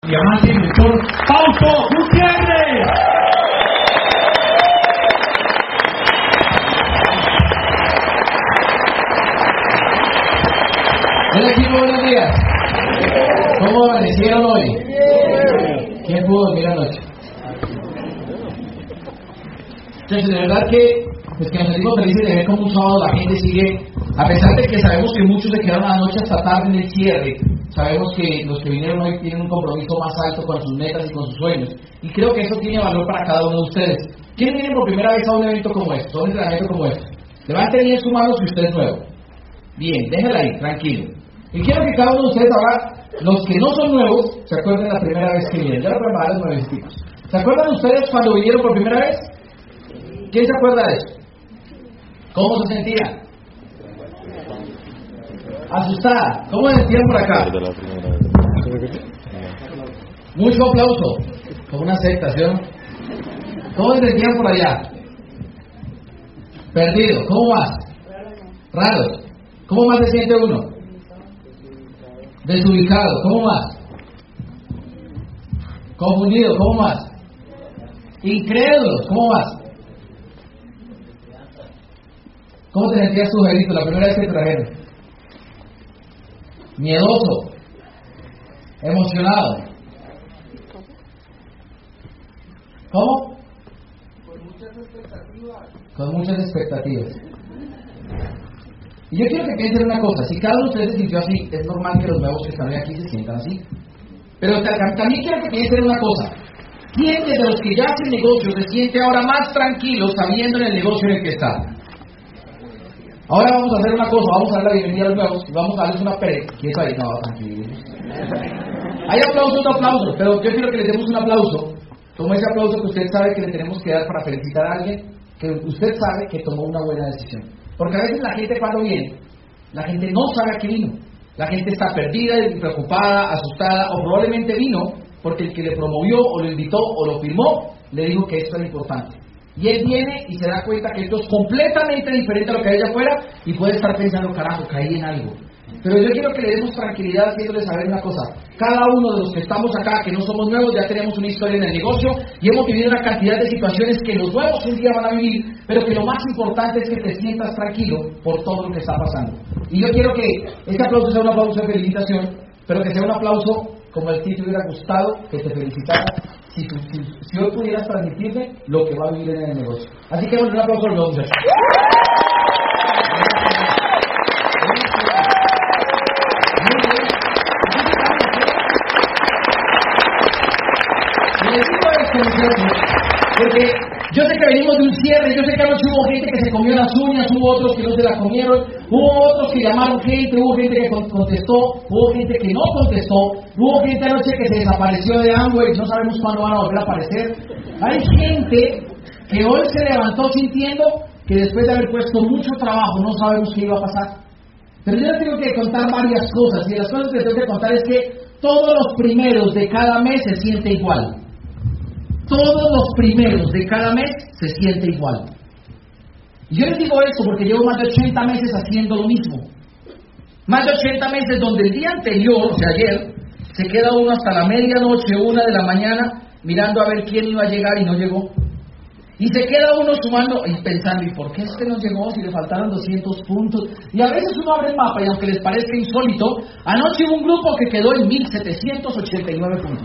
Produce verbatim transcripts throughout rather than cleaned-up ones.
diamante, el doctor Fausto Gutiérrez. Hola equipo, buenos días. ¿Cómo amanecieron hoy? ¿Quién pudo dormir anoche? Entonces, de verdad que, pues que nos sentimos felices de ver cómo un sábado la gente sigue, a pesar de que sabemos que muchos se quedaron anoche hasta tarde en el cierre. Sabemos que los que vinieron hoy tienen un compromiso más alto con sus metas y con sus sueños. Y creo que eso tiene valor para cada uno de ustedes. ¿Quiénes vienen por primera vez a un evento como este, a un entrenamiento como este? Levanten bien su mano si usted es nuevo. Bien, déjela ahí, tranquilo. Y quiero que cada uno de ustedes ahora, los que no son nuevos, se acuerden la primera vez que vinieron. Ya lo prepararon los nuevecitos. ¿Se acuerdan ustedes cuando vinieron por primera vez? ¿Quién se acuerda de eso? ¿Cómo se sentían? Asustada. ¿Cómo se sentían por acá? Mucho aplauso. Como una aceptación. ¿Cómo se sentían por allá? Perdido. ¿Cómo más? Raros. ¿Cómo más se siente uno? Desubicado. ¿Cómo más? Confundido. ¿Cómo más? Incrédulos. ¿Cómo más? ¿Cómo te sentías tú, Jerito, la primera vez que te trajeron? Miedoso. Emocionado. ¿Cómo? Con muchas expectativas. Con muchas expectativas. Y yo quiero que piensen una cosa, si cada uno de ustedes se sintió así, es normal que los nuevos que están aquí se sientan así. Pero también quiero que piensen una cosa, ¿quién de los que ya hacen negocio se siente ahora más tranquilo sabiendo en el negocio en el que está? Ahora vamos a hacer una cosa, vamos a dar la bienvenida a los nuevos y vamos a darles una pere... ¿Quién está ahí? No, tranquilo. Hay aplausos, no aplausos, pero yo quiero que les demos un aplauso, como ese aplauso que usted sabe que le tenemos que dar para felicitar a alguien que usted sabe que tomó una buena decisión. Porque a veces la gente cuando viene, la gente no sabe a qué vino. La gente está perdida, preocupada, asustada, o probablemente vino porque el que le promovió, o lo invitó, o lo firmó, le dijo que esto era importante. Y él viene y se da cuenta que esto es completamente diferente a lo que hay allá afuera y puede estar pensando, carajo, caí en algo. Pero yo quiero que le demos tranquilidad haciéndole saber una cosa. Cada uno de los que estamos acá, que no somos nuevos, ya tenemos una historia en el negocio y hemos vivido una cantidad de situaciones que los nuevos un día van a vivir, pero que lo más importante es que te sientas tranquilo por todo lo que está pasando. Y yo quiero que este aplauso sea un aplauso de felicitación, pero que sea un aplauso como el título hubiera gustado, que te felicitara, si, si, si hoy pudieras transmitirme lo que va a vivir en el negocio. Así que bueno, un aplauso a los muchachos. Porque yo sé que venimos de un cierre, yo sé que anoche hubo gente que se comió las uñas, hubo otros que no se las comieron, hubo otros que llamaron gente, hubo gente que contestó, hubo gente que no contestó, hubo gente anoche que se desapareció de Amway, no sabemos cuándo van a volver a aparecer. Hay gente que hoy se levantó sintiendo que después de haber puesto mucho trabajo no sabemos qué iba a pasar. Pero yo les tengo que contar varias cosas, y las cosas que les tengo que contar es que todos los primeros de cada mes se siente igual. Todos los primeros de cada mes se siente igual. Y yo les digo esto porque llevo más de ochenta meses haciendo lo mismo. Más de ochenta meses donde el día anterior, o sea ayer, se queda uno hasta la medianoche, una de la mañana, mirando a ver quién iba a llegar y no llegó. Y se queda uno sumando y pensando, ¿y por qué este no llegó si le faltaron doscientos puntos? Y a veces uno abre el mapa y aunque les parezca insólito, anoche hubo un grupo que quedó en mil setecientos ochenta y nueve puntos.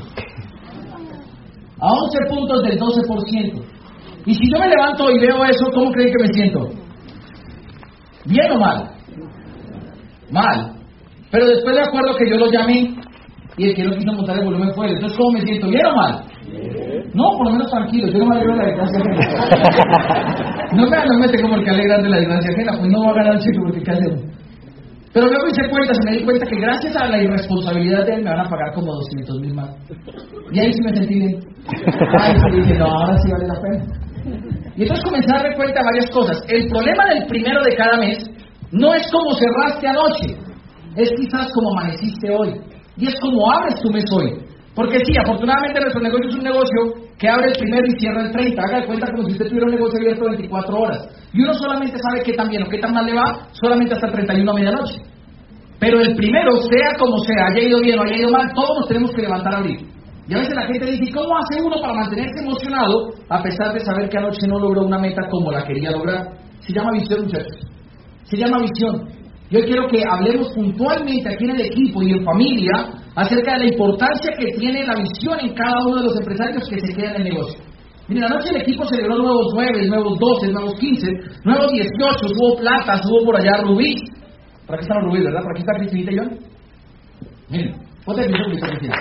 A once puntos del doce por ciento. Y si yo me levanto y veo eso, ¿cómo creen que me siento? ¿Bien o mal? Mal. Pero después me acuerdo que yo lo llamé y el que no quiso montar el volumen fue él. Entonces, ¿cómo me siento? ¿Bien o mal? No, por lo menos tranquilo. Yo no me alegro de la desgracia ajena. No me no como el que alegra de la desgracia ajena, pues no va a ganar el chico porque ¿qué hacemos? Pero luego hice cuentas y me di cuenta que gracias a la irresponsabilidad de él me van a pagar como doscientos mil más. Y ahí sí me sentí bien. Ahí sí dije, no, ahora sí vale la pena. Y entonces comencé a darme cuenta de varias cosas. El problema del primero de cada mes no es como cerraste anoche, es quizás como amaneciste hoy. Y es como abres tu mes hoy. Porque sí, afortunadamente nuestro negocio es un negocio que abre el primero y cierra el treinta. Haga de cuenta como si usted tuviera un negocio abierto veinticuatro horas. Y uno solamente sabe qué tan bien o qué tan mal le va solamente hasta el treinta y uno a medianoche. Pero el primero, sea como sea, haya ido bien o haya ido mal, todos nos tenemos que levantar a abrir. Y a veces la gente dice, ¿cómo hace uno para mantenerse emocionado a pesar de saber que anoche no logró una meta como la quería lograr? Se llama visión, muchachos. Se llama visión. Yo quiero que hablemos puntualmente aquí en el equipo y en familia acerca de la importancia que tiene la visión en cada uno de los empresarios que se quedan en el negocio. Miren, anoche el equipo celebró nuevos nueve, nuevos doce, nuevos quince, nuevos dieciocho, hubo platas, hubo por allá rubí. Por aquí están los rubíes, ¿verdad? Por aquí está Cristinita y John. Miren, ponte el piso, Cristina.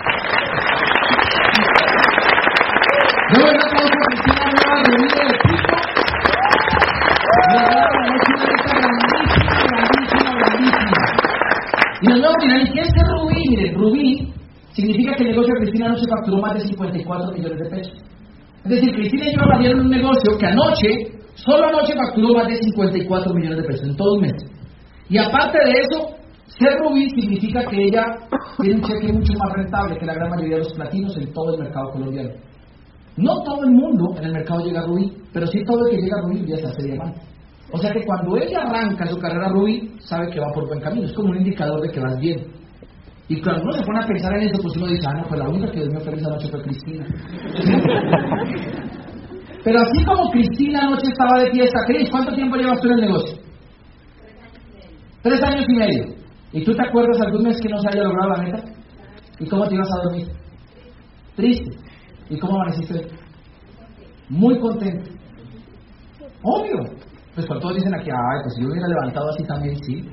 Yo voy a aplauso a Cristina Nueva, rubí del equipo. Y ahora la noche una meta grandísima, grandísima, grandísima. Y nos vamos a mirar, ¿qué es el rubí? Miren, rubí significa que el negocio de Cristina anoche facturó más de cincuenta y cuatro millones de pesos. Es decir, Cristina y yo abrieron un negocio que anoche, solo anoche facturó más de cincuenta y cuatro millones de pesos en todo un mes. Y aparte de eso, ser rubí significa que ella tiene un cheque mucho más rentable que la gran mayoría de los platinos en todo el mercado colombiano. No todo el mundo en el mercado llega a rubí, pero sí todo el que llega a rubí ya se hace diamante. O sea que cuando ella arranca su carrera rubí, sabe que va por buen camino. Es como un indicador de que vas bien. Y cuando uno se pone a pensar en eso, pues uno dice, ah, no, pues la única que durmió feliz anoche fue Cristina. Pero así como Cristina anoche estaba de fiesta, Cris, ¿cuánto tiempo llevas tú en el negocio? Tres años y medio. ¿Y tú te acuerdas algún mes que no se haya logrado la meta? ¿Y cómo te ibas a dormir? Triste. ¿Y cómo amaneciste? Muy contento. Obvio. Pues cuando todos dicen aquí, ay, pues si yo hubiera levantado así también, sí.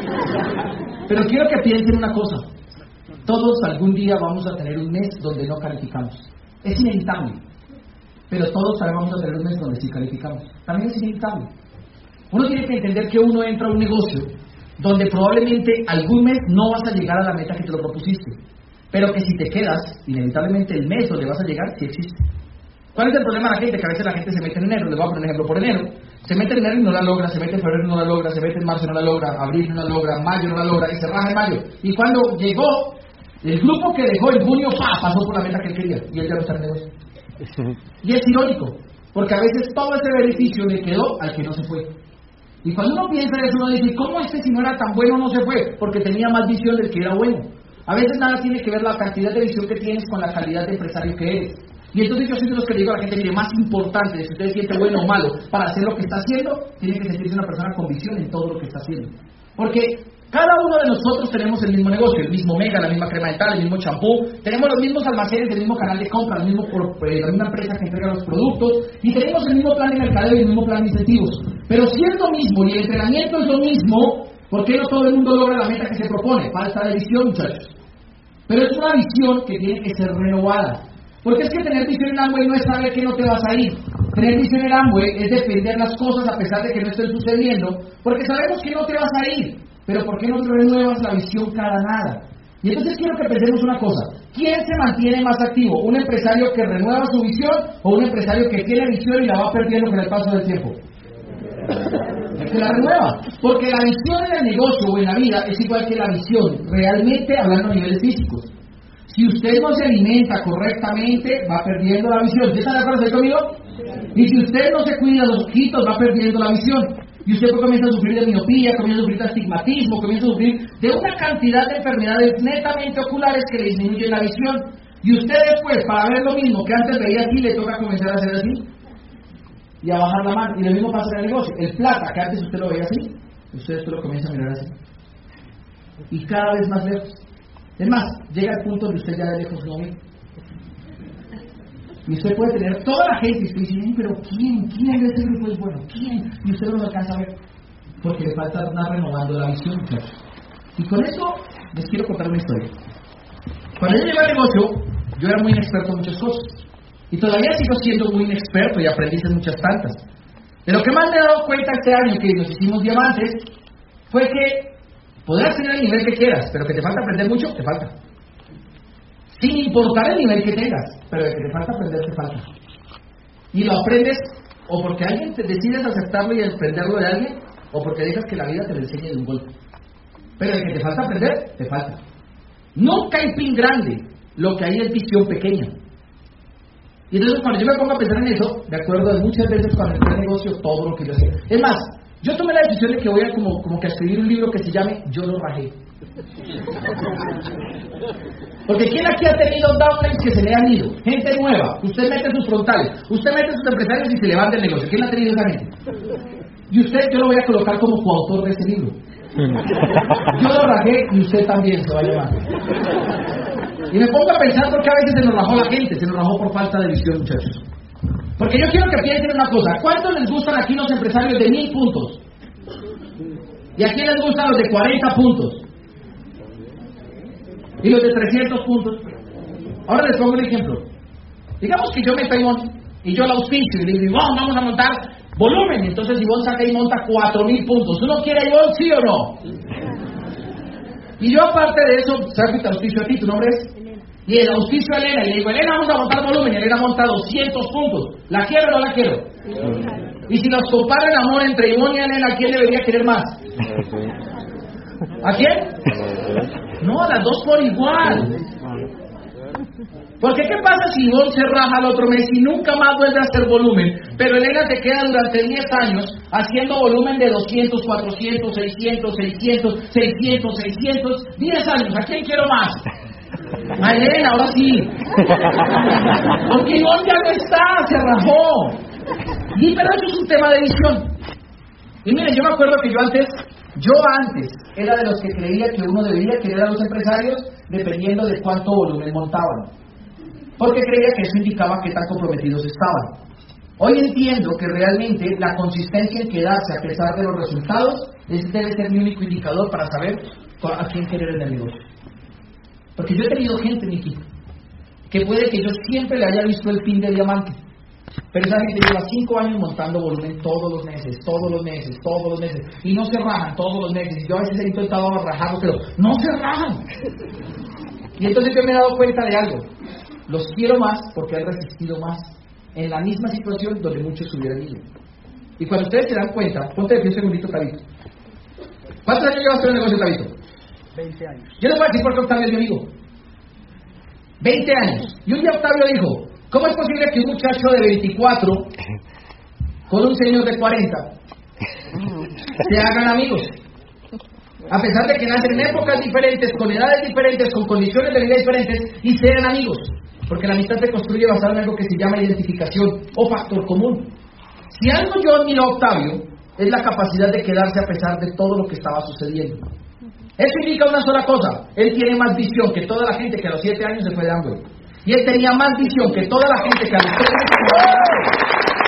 Pero quiero que piensen una cosa. Todos algún día vamos a tener un mes donde no calificamos. Es inevitable. Pero todos también vamos a tener un mes donde sí calificamos. También es inevitable. Uno tiene que entender que uno entra a un negocio donde probablemente algún mes no vas a llegar a la meta que te lo propusiste. Pero que si te quedas, inevitablemente el mes donde vas a llegar sí existe. ¿Cuál es el problema de la gente? Que a veces la gente se mete en enero. Les voy a poner un ejemplo. Por enero, se mete en enero y no la logra, se mete en febrero y no la logra, se mete en marzo y no la logra, abril no la logra, mayo no la logra, y se raja en mayo. Y cuando llegó, el grupo que dejó en junio, ¡pa!, pasó por la meta que él quería, y él ya no está en el negocio. Y es irónico, porque a veces todo ese beneficio le quedó al que no se fue. Y cuando uno piensa en eso, uno dice, ¿cómo este si no era tan bueno no se fue? Porque tenía más visión del que era bueno. A veces nada tiene que ver la cantidad de visión que tienes con la calidad de empresario que eres. Y entonces yo soy de los que le digo a la gente, mire, más importante de si usted se siente bueno o malo para hacer lo que está haciendo, tiene que sentirse una persona con visión en todo lo que está haciendo. Porque cada uno de nosotros tenemos el mismo negocio, el mismo Mega, la misma crema dental, el mismo champú, tenemos los mismos almacenes, el mismo canal de compra, el mismo por, eh, la misma empresa que entrega los productos, y tenemos el mismo plan de mercadeo y el mismo plan de incentivos. Pero si es lo mismo y el entrenamiento es lo mismo, ¿por qué no todo el mundo logra la meta que se propone? Falta de visión, muchachos. Pero es una visión que tiene que ser renovada. Porque es que tener visión en Amway no es saber que no te vas a ir. Tener visión en Amway es defender las cosas a pesar de que no estén sucediendo, porque sabemos que no te vas a ir. Pero ¿por qué no renuevas la visión cada nada? Y entonces quiero que pensemos una cosa. ¿Quién se mantiene más activo? ¿Un empresario que renueva su visión o un empresario que tiene visión y la va perdiendo con el paso del tiempo? El que la renueva. Porque la visión en el negocio o en la vida es igual que la visión, realmente hablando a niveles físicos. Si usted no se alimenta correctamente, va perdiendo la visión. ¿Usted está de acuerdo conmigo? Y si usted no se cuida los ojitos, va perdiendo la visión. Y usted comienza a sufrir de miopía, comienza a sufrir de astigmatismo, comienza a sufrir de una cantidad de enfermedades netamente oculares que le disminuyen la visión. Y usted después, para ver lo mismo que antes veía así, le toca comenzar a hacer así y a bajar la mano. Y lo mismo pasa en el negocio. El plata, que antes usted lo veía así, usted después lo comienza a mirar así. Y cada vez más lejos. Es más, llega al punto donde usted ya de lejos no ve. Y usted puede tener toda la gente y usted dice, pero ¿quién? ¿Quién de ese grupo es bueno? ¿Quién? Y usted no lo alcanza a ver. Porque le falta estar renovando la visión, muchachos. Y con eso les quiero contar una historia. Cuando yo llegué al negocio, yo era muy inexperto en muchas cosas. Y todavía sigo siendo muy inexperto y aprendí en muchas tantas. De lo que más me he dado cuenta este año que nos hicimos diamantes fue que podrás tener el nivel que quieras, pero que te falta aprender mucho, te falta. Sin importar el nivel que tengas, pero de que te falta aprender, te falta. Y lo aprendes o porque alguien te decides aceptarlo y aprenderlo de alguien, o porque dejas que la vida te lo enseñe de un golpe. Pero de que te falta aprender, te falta. Nunca hay pin grande, lo que hay es visión pequeña. Y entonces cuando yo me pongo a pensar en eso, me acuerdo de muchas veces cuando entré en negocio todo lo que yo hacía. Es más, Yo tomé la decisión de que voy a como, como que a escribir un libro que se llame Yo lo rajé. Porque ¿quién aquí ha tenido downlines que se le han ido? Gente nueva, usted mete sus frontales, usted mete sus empresarios y se levanta el negocio. ¿Quién ha tenido esa gente? Y usted, yo lo voy a colocar como coautor de ese libro. Yo lo rajé y usted también se va a llevar. Y me pongo a pensar porque a veces se nos rajó la gente, se nos rajó por falta de visión, muchachos. Porque yo quiero que piensen una cosa, ¿cuántos les gustan aquí los empresarios de mil puntos? ¿Y a quién les gustan los de cuarenta puntos? ¿Y los de trescientos puntos? Ahora les pongo un ejemplo. Digamos que yo meta a Ivonne y yo la auspicio y le digo, oh, vamos a montar volumen. Entonces Ivonne saca y monta cuatro mil puntos. ¿Uno quiere a Ivonne, sí o no? Y yo aparte de eso, saco y te auspicio a ti, ¿tu nombre es? Y el auspicio a Elena, y le digo, Elena, vamos a montar volumen, y Elena monta doscientos puntos. ¿La quiero o no la quiero? Y si nos comparan amor entre Ivonne y Elena, ¿quién debería querer más? ¿A quién? No, a las dos por igual. Porque ¿qué pasa si Ivonne se raja el otro mes y nunca más vuelve a hacer volumen? Pero Elena se queda durante diez años haciendo volumen de doscientos, cuatrocientos, seiscientos, seiscientos, seiscientos, seiscientos, diez años. ¿A quién quiero más? A Elena, ahora sí. Porque Ivonne ya no está, se rajó. Y pero eso es un tema de visión. Y miren, yo me acuerdo que yo antes, yo antes era de los que creía que uno debería querer a los empresarios dependiendo de cuánto volumen montaban. Porque creía que eso indicaba qué tan comprometidos estaban. Hoy entiendo que realmente la consistencia en quedarse a pesar de los resultados ese debe ser mi único indicador para saber a quién querer en el negocio. Porque yo he tenido gente en mi equipo que puede que yo siempre le haya visto el fin de diamante, pero esa gente lleva cinco años montando volumen todos los meses, todos los meses, todos los meses, y no se rajan todos los meses. Y yo a veces he intentado rajarlo, pero no se rajan. Y entonces yo me he dado cuenta de algo. Los quiero más porque han resistido más en la misma situación donde muchos hubieran ido. Y cuando ustedes se dan cuenta, ponte de pie un segundito, Tabito. ¿Cuántos años llevas tú en el negocio, Tabito? veinte años. Yo les voy a decir por qué Octavio es mi amigo. veinte años. Y un día Octavio dijo, ¿cómo es posible que un muchacho de veinticuatro con un señor de cuarenta se hagan amigos? A pesar de que nacen en épocas diferentes, con edades diferentes, con condiciones de vida diferentes, y sean amigos. Porque la amistad se construye basada en algo que se llama identificación o factor común. Si algo yo admiro a Octavio, es la capacidad de quedarse a pesar de todo lo que estaba sucediendo. Eso indica una sola cosa: él tiene más visión que toda la gente que a los siete años se fue de hambre. Y él tenía más visión que toda la gente que a los tres años se fue de hambre.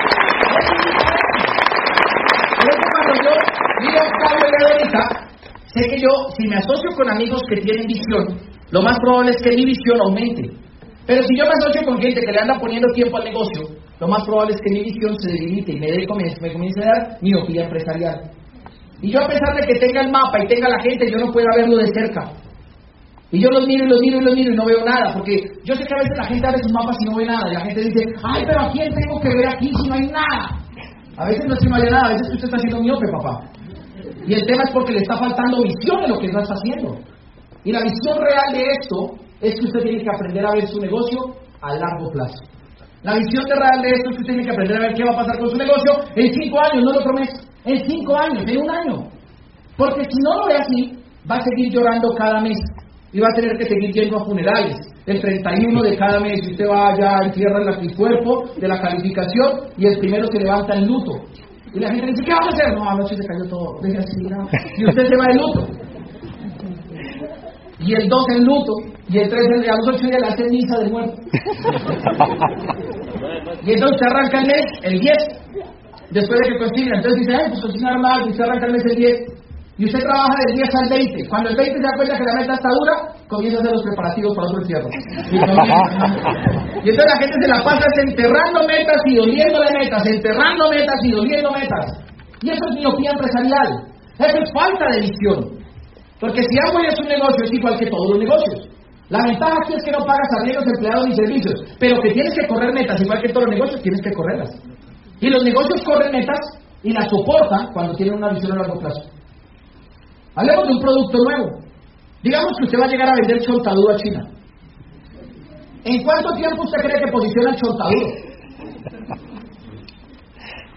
Por eso cuando yo miro a Octavio y a Erika, sé que yo, si me asocio con amigos que tienen visión, lo más probable es que mi visión aumente. Pero si yo me asocio con gente que le anda poniendo tiempo al negocio, lo más probable es que mi visión se debilite y me, dé, me comience a dar miopía empresarial. Y yo, a pesar de que tenga el mapa y tenga la gente, yo no puedo verlo de cerca. Y yo los miro y los miro y los miro y no veo nada, porque yo sé que a veces la gente abre sus mapas y no ve nada, y la gente dice, ay, pero ¿a quién tengo que ver aquí si no hay nada? A veces no es que no haya nada, a veces usted está haciendo miope, papá. Y el tema es porque le está faltando visión en lo que no está haciendo. Y la visión real de esto es que usted tiene que aprender a ver su negocio a largo plazo. La visión de real de esto es que usted tiene que aprender a ver qué va a pasar con su negocio en cinco años, no el otro mes. En cinco años, en un año. Porque si no lo ve así, va a seguir llorando cada mes. Y va a tener que seguir yendo a funerales. El treinta y uno de cada mes, y usted va allá, entierra el cuerpo de la calificación, y el primero se levanta en luto. Y la gente dice, ¿qué vamos a hacer? No, anoche se cayó todo. Deje así, no. Y usted se va en luto. Y el dos en luto. Y el tres, a los ocho días le hace misa del muerto. Y entonces arranca el mes, el diez. Después de que cocina, entonces dice, ay, pues cocinar mal, y usted arranca el mes el diez, y usted trabaja del diez al veinte. Cuando el veinte se da cuenta que la meta está dura, comienza a hacer los preparativos para otro encierro. Y, y entonces la gente se la pasa enterrando metas y doliéndole metas, enterrando metas y doliendo metas. Y eso es miopía empresarial, eso es falta de visión. Porque si Amway es un negocio, es igual que todos los negocios. La ventaja aquí es que no pagas arriendos, empleados ni servicios, pero que tienes que correr metas, igual que todos los negocios, tienes que correrlas. Y los negocios corren metas y las soportan cuando tienen una visión a largo plazo. Hablemos de un producto nuevo. Digamos que usted va a llegar a vender chontaduro a China. ¿En cuánto tiempo usted cree que posiciona el chontaduro?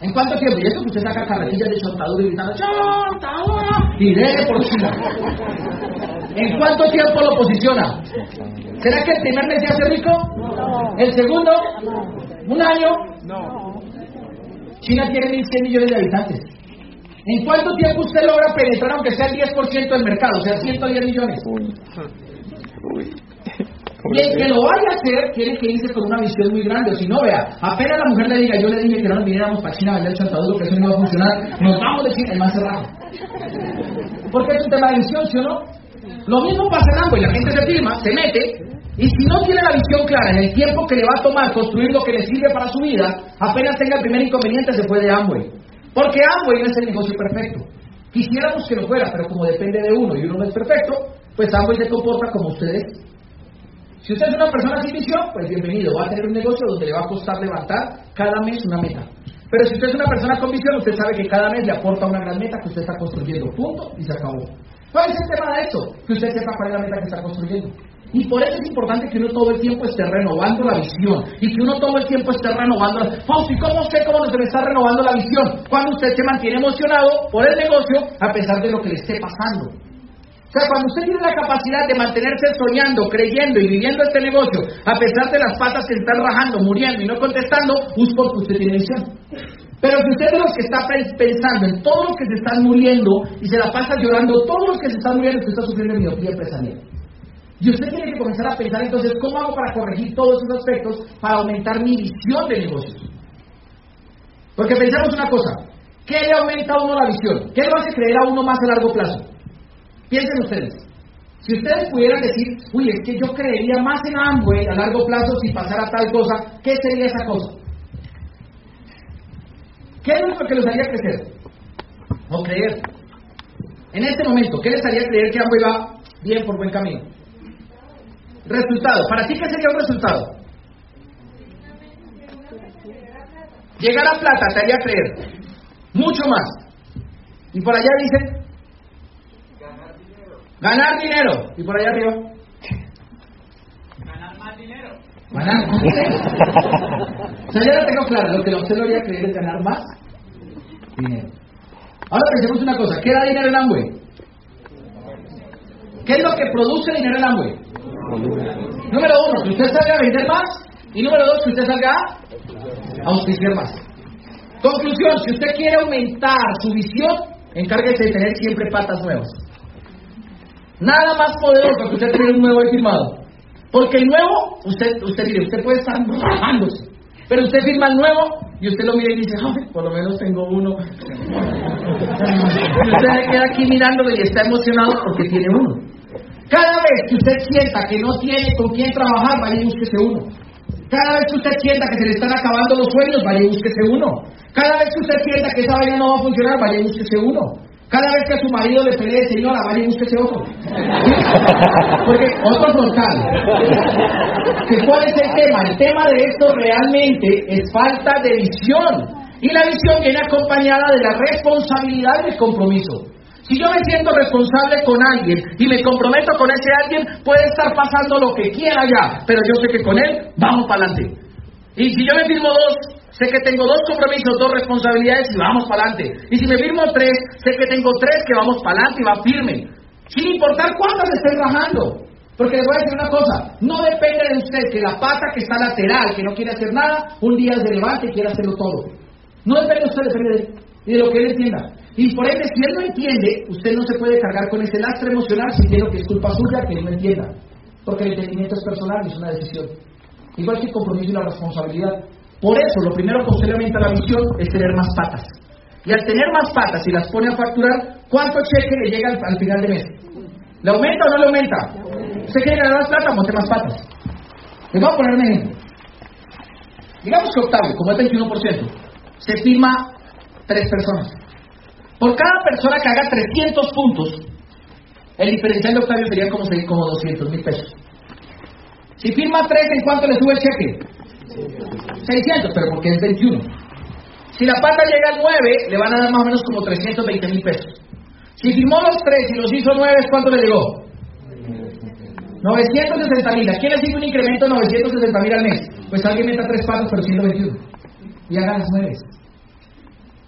¿En cuánto tiempo? Y eso que usted saca carretillas de chontadura y gritando ¡chontadura! Y dele por China. ¿En cuánto tiempo lo posiciona? ¿Será que el primer mes se hace rico? No. ¿El segundo? No. ¿Un año? No. China tiene mil cien millones de habitantes. ¿En cuánto tiempo usted logra penetrar aunque sea el diez por ciento del mercado? O sea, ciento diez millones. Uy. Uy. Y el que lo vaya a hacer tiene que irse con una visión muy grande. O si no, vea, apenas la mujer le diga, yo le dije que no nos viniéramos para China a vender chontaduro, que eso no va a funcionar, nos vamos de China, el más cerrado. Porque es un tema de visión, ¿sí o no? Lo mismo pasa en Amway, la gente se firma, se mete, y si no tiene la visión clara en el tiempo que le va a tomar construir lo que le sirve para su vida, apenas tenga el primer inconveniente se fue de Amway. Porque Amway no es el negocio perfecto. Quisiéramos que lo fuera, pero como depende de uno y uno no es perfecto, pues Amway se comporta como ustedes. Si usted es una persona sin visión, pues bienvenido, va a tener un negocio donde le va a costar levantar cada mes una meta. Pero si usted es una persona con visión, usted sabe que cada mes le aporta una gran meta que usted está construyendo, punto, y se acabó. ¿Cuál es el tema de esto? Que usted sepa cuál es la meta que está construyendo. Y por eso es importante que uno todo el tiempo esté renovando la visión, y que uno todo el tiempo esté renovando la... Fausto, ¿y cómo sé cómo se le está renovando la visión? Cuando usted se mantiene emocionado por el negocio, a pesar de lo que le esté pasando. O sea, cuando usted tiene la capacidad de mantenerse soñando, creyendo y viviendo este negocio, a pesar de las patas que están rajando, muriendo y no contestando, es porque usted tiene visión. Pero si usted es de los que está pensando en todos los que se están muriendo y se la pasa llorando, todos los que se están muriendo, usted está sufriendo miopía empresarial. Y usted tiene que comenzar a pensar entonces, ¿cómo hago para corregir todos esos aspectos para aumentar mi visión de negocios? Porque pensamos una cosa, ¿qué le aumenta a uno la visión? ¿Qué lo hace creer a uno más a largo plazo? Piensen ustedes, si ustedes pudieran decir, uy, es que yo creería más en Amway a largo plazo si pasara tal cosa, ¿qué sería esa cosa? ¿Qué es lo que los haría crecer? O creer. En este momento, ¿qué les haría creer que Amway va bien por buen camino? Resultado. ¿Para ti qué sería un resultado? Llegar a plata te haría creer. Mucho más. Y por allá dicen... Ganar dinero. ¿Y por allá arriba? Ganar más dinero. Ganar más dinero. O sea, ya lo tengo claro. Lo que a usted lo haría creer es ganar más dinero. Ahora pensemos una cosa. ¿Qué da dinero en Amway? ¿Qué es lo que produce dinero en Amway? Número uno, que usted salga a vender más. Y número dos, que usted salga a auspiciar más. Conclusión, si usted quiere aumentar su visión, encárguese de tener siempre patas nuevas. Nada más poderoso que usted tener un nuevo ahí firmado. Porque el nuevo, usted, usted mire, usted puede estar bajándose, pero usted firma el nuevo y usted lo mira y dice, ay, por lo menos tengo uno. Y usted se queda aquí mirándolo y está emocionado porque tiene uno. Cada vez que usted sienta que no tiene con quién trabajar, vaya y búsquese uno. Cada vez que usted sienta que se le están acabando los sueños, vaya y búsquese uno. Cada vez que usted sienta que esa vaina no va a funcionar, vaya y búsquese uno. Cada vez que a su marido le pelee, señora, vaya y búsquese otro. Porque otro frontal. ¿Que ¿Cuál es el tema? El tema de esto realmente es falta de visión. Y la visión viene acompañada de la responsabilidad y el compromiso. Si yo me siento responsable con alguien y me comprometo con ese alguien, puede estar pasando lo que quiera ya, pero yo sé que con él vamos para adelante. Y si yo me firmo dos, sé que tengo dos compromisos, dos responsabilidades y vamos para adelante. Y si me firmo tres, sé que tengo tres que vamos para adelante y va firme. Sin importar cuántas estén rajando. Porque les voy a decir una cosa, no depende de usted que la pata que está lateral, que no quiere hacer nada, un día se levante y quiera hacerlo todo. No depende de usted, depende de él y de lo que él entienda. Y por ende, si él no entiende, usted no se puede cargar con ese lastre emocional sintiendo que es culpa suya que él no entienda. Porque el entendimiento es personal y es una decisión. Igual que el compromiso y la responsabilidad. Por eso, lo primero que usted le aumenta la visión es tener más patas. Y al tener más patas y las pone a facturar, ¿cuánto cheque le llega al, al final de mes? ¿Le aumenta o no le aumenta? ¿Usted quiere ganar más plata? Monte más patas. Les voy a poner un ejemplo. Digamos que Octavio, como es veintiuno por ciento, se firma tres personas. Por cada persona que haga trescientos puntos, el diferencial de Octavio sería como, como doscientos mil pesos. Si firma tres, ¿en cuánto le sube el cheque? seiscientos, pero porque es veintiuno. Si la pata llega al nueve, le van a dar más o menos como trescientos veinte mil pesos. Si firmó los tres y los hizo nueve, ¿cuánto le llegó? novecientos sesenta mil. ¿A quién le sigue un incremento de novecientos sesenta mil al mes? Pues alguien meta tres patas, pero ciento veintiuno. Y haga las nueve.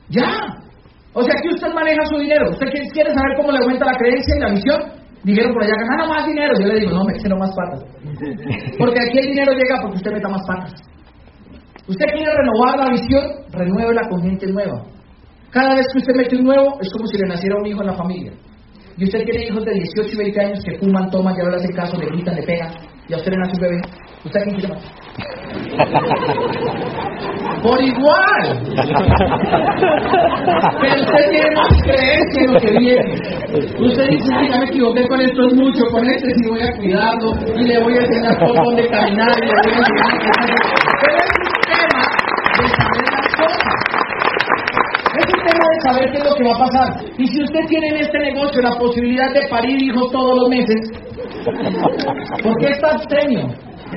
Ya. O sea que usted maneja su dinero. ¿Usted quiere saber cómo le aumenta la creencia y la visión? Dijeron por allá, gana más dinero. Yo le digo, no, me quiero más patas. Porque aquí el dinero llega porque usted meta más patas. Usted quiere renovar la visión, renuévela con gente nueva. Cada vez que usted mete un nuevo, es como si le naciera un hijo en la familia. Y usted tiene hijos de dieciocho y veinte años que fuman, toman, ya no le hacen caso, le gritan, le pegan, y a usted le nace un bebé. ¿Usted a quién quiere más? Por igual. Pero usted tiene más creencia en lo que viene. Usted dice, sí, ya me equivoqué con esto, es mucho, con este sí voy a cuidarlo, y le voy a enseñar por dónde caminar, y le voy a enseñar cosas. Pero es un tema de saber las cosas. Es un tema de saber qué es lo que va a pasar. Y si usted tiene en este negocio la posibilidad de parir hijos todos los meses, ¿por qué está abstemio?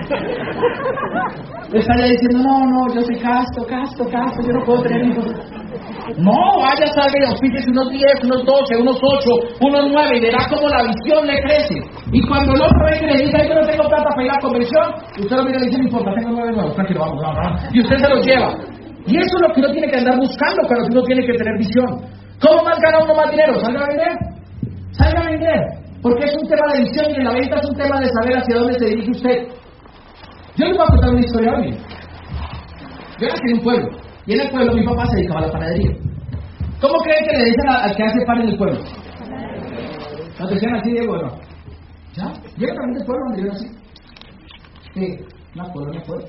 Está ya diciendo, no, no, yo soy casto, casto, casto, yo no puedo tener hijos. No, vaya, salga y auspíciese unos diez, unos doce, unos ocho, unos nueve, y verá cómo la visión le crece. Y cuando el otro ve que le dice, yo no tengo plata para ir a la convención, usted lo mira y dice, no importa, tengo nueve nuevos, tranquilo, vamos, vamos, vamos. Y usted se los lleva. Y eso es lo que uno tiene que andar buscando cuando uno tiene que tener visión. ¿Cómo más gana uno más dinero? ¿Salga a vender? Salga a vender. Porque es un tema de visión y la venta es un tema de saber hacia dónde se dirige usted. Yo les voy a contar una historia hoy. Yo nací en un pueblo. Y en el pueblo mi papá se dedicaba a la panadería. ¿Cómo creen que le dicen al que hace pan en el pueblo? ¿No te decían así, Diego? No. ¿Ya? Llega también del pueblo donde yo nací. Sí, una colonia fuerte.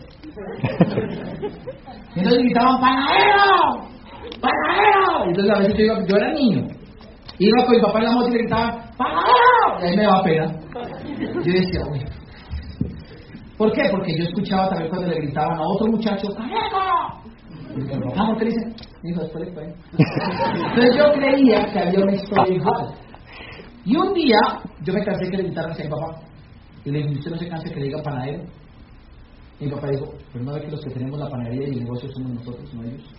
Y entonces gritaban, ¡panadero! ¡Panadero! Y entonces a veces yo, iba, yo era niño. Iba con mi papá en la moto y le gritaban, ¡panadero! Y ahí me daba pena. Yo decía, uy. ¿Por qué? Porque yo escuchaba también cuando le gritaban a otro muchacho, ¡panadero! Y yo, papá, ¿por qué le dicen? Dijo, después le cuento. Entonces yo creía que había una historia igual. Y un día, yo me cansé que le gritaran hacia mi papá. Y le dije, ¿usted no se cansa que le diga panadero? Y mi papá dijo, pero no ve que los que tenemos la panadería y el negocio somos nosotros, no ellos.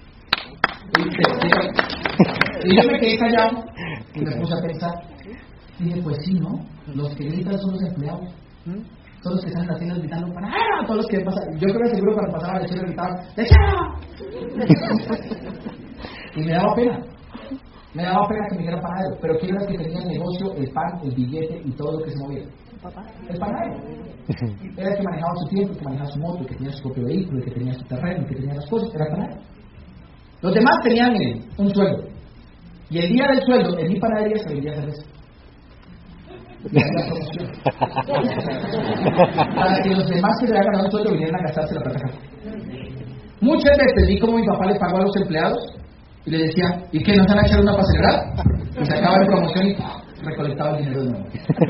Y yo me quedé callado y me puse a pensar. Y dije, pues sí, ¿no? Los que gritan son los empleados. Todos los que están en las tiendas gritando panadero, todos los que pasan. Yo creo que seguro cuando pasaba la lechera gritaban, ¡lechera! Y me daba pena. Me daba pena que me dijera panadero. Pero ¿quién era el que tenía el negocio, el pan, el billete y todo lo que se movía? El panadero. Era el que manejaba su tiempo, el que manejaba su moto, el que tenía su propio vehículo, el que tenía su terreno, el que tenía las cosas. Era el panadero. Los demás tenían eh, un sueldo. Y el día del sueldo, en mi panadería se vendía cerveza. Para que los demás que le habían ganado un sueldo vinieran a gastarse la plata acá. Muchas veces vi como mi papá le pagó a los empleados y le decía, ¿y qué, no se van a echar una para celebrar? Y se acaba de promoción y recolectaba el dinero de nuevo.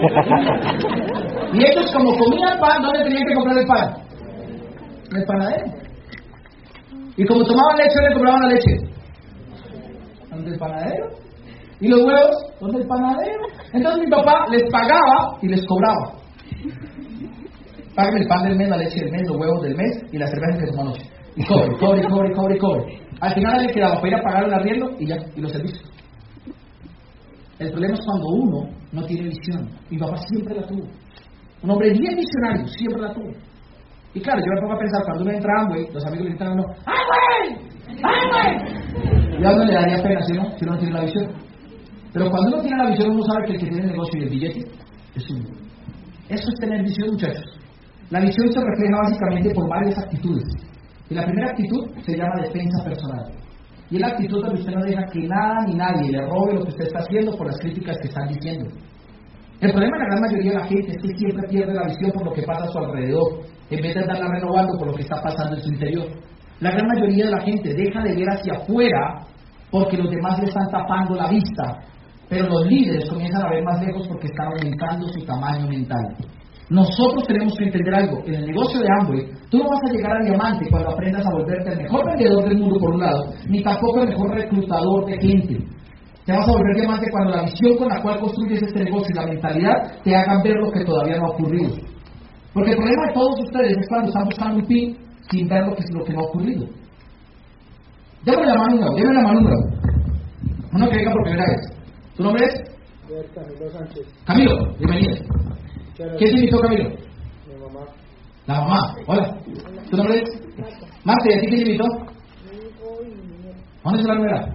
Y ellos, como comían pan, ¿dónde tenían que comprar el pan? En el panadero. Y como tomaban leche, ¿dónde compraban la leche? ¿Dónde el panadero? ¿Y los huevos? ¿Dónde el panadero? Entonces mi papá les pagaba y les cobraba. Págame el pan del mes, la leche del mes, los huevos del mes y la cerveza que tomó anoche. Y cobre, cobre, cobre, cobre, cobre. Al final le quedaba para ir a pagar el arriendo y ya, y los servicios. El problema es cuando uno no tiene visión. Mi papá siempre la tuvo. Un hombre bien visionario, siempre la tuvo. Y claro, yo me pongo a pensar, cuando uno entra a Amway, los amigos le gritan a uno, ¡Amway! ¡Amway! Y a uno le daría pena, ¿sí, no? Si uno no tiene la visión. Pero cuando uno tiene la visión, uno sabe que el que tiene el negocio y el billete es uno. Eso es tener visión, muchachos. La visión se refleja básicamente por varias actitudes. Y la primera actitud se llama defensa personal. Y es la actitud donde usted no deja que nada ni nadie le robe lo que usted está haciendo por las críticas que están diciendo. El problema de la gran mayoría de la gente es que siempre pierde la visión por lo que pasa a su alrededor, en vez de andarla renovando por lo que está pasando en su interior. La gran mayoría de la gente deja de ver hacia afuera porque los demás le están tapando la vista, pero los líderes comienzan a ver más lejos porque están aumentando su tamaño mental. Nosotros tenemos que entender algo. En el negocio de Amway, tú no vas a llegar a diamante cuando aprendas a volverte el mejor vendedor del mundo por un lado, ni tampoco el mejor reclutador de gente. Te vas a volver diamante cuando la visión con la cual construyes este negocio y la mentalidad te hagan ver lo que todavía no ha ocurrido. Porque el problema de todos ustedes es cuando están buscando un pin sin ver lo que, lo que no ha ocurrido. Déjame la mano número, déjame la mano número. Uno que venga por primera vez. ¿Tu nombre es? Camilo Sánchez. Camilo, bienvenido. ¿Quién te invitó, Camilo? Mi mamá. La mamá. Hola. ¿Tu nombre es? Marta, ¿y a ti quién te invitó? Mi hijo y mi nieto. ¿Dónde es la nuera?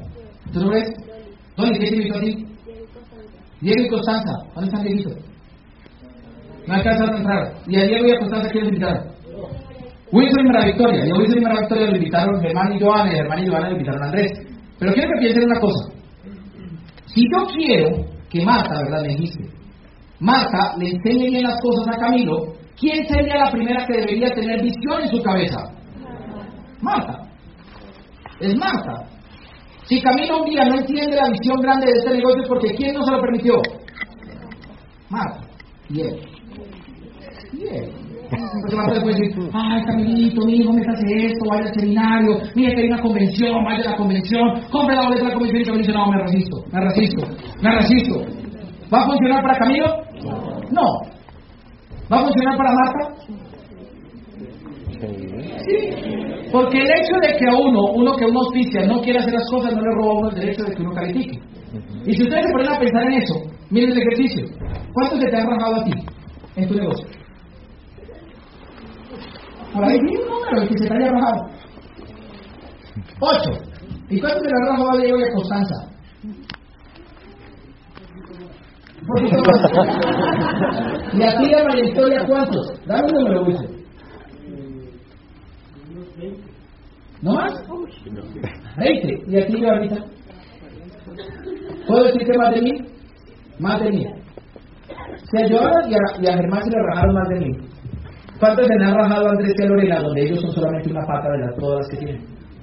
¿Tú no ves? ¿Dónde? ¿Qué te invitó a ti? Diego y Constanza. ¿Dónde están Dieguito? No alcanzaron a entrar. ¿Y a Diego y a Constanza quién los invitaron? Wilson y María Victoria. Y a Wilson y María Victoria lo invitaron Germán y Joana, y Germán y Joana lo invitaron a Andrés. Pero quiero que piensen una cosa. Si yo quiero que Marta, ¿verdad? Me dijiste, Marta le enseñe bien las cosas a Camilo, ¿quién sería la primera que debería tener visión en su cabeza? Marta. Es Marta. Si Camilo un día no entiende la visión grande de este negocio, porque ¿quién no se lo permitió? Marta. Y él. Y él. Porque Marta puede decir, ay Camilito, mi hijo, métase esto, vaya al seminario, mire que hay una convención, vaya a la convención, compre la boleta de la convención. Y Camilo dice, no, me resisto, me resisto, me resisto. ¿Va a funcionar para Camilo? No. ¿Va a funcionar para Marta? Sí. Porque el hecho de que a uno, uno que uno auspicia, no quiere hacer las cosas, no le roba a uno el derecho de que uno califique. Y si ustedes se ponen a pensar en eso, miren el ejercicio. ¿Cuántos se te han rajado a ti en tu negocio? Por ahí vi un número, el que se te haya rajado. Ocho. ¿Y cuántos se le han rajado a Diego y a Constanza? ¿Y a ti, a María Victoria, cuántos? Dame un número, Wilson. ¿No más? veinte. ¿Y a ti, ahorita? ¿Puedo decir que más de mí? Más de mí. Si a Joana y a, y a Germán se le rajaron más de mí. ¿Cuántos se le han rajado a Andrés y a Lorena, donde ellos son solamente una pata de las, todas las que tienen?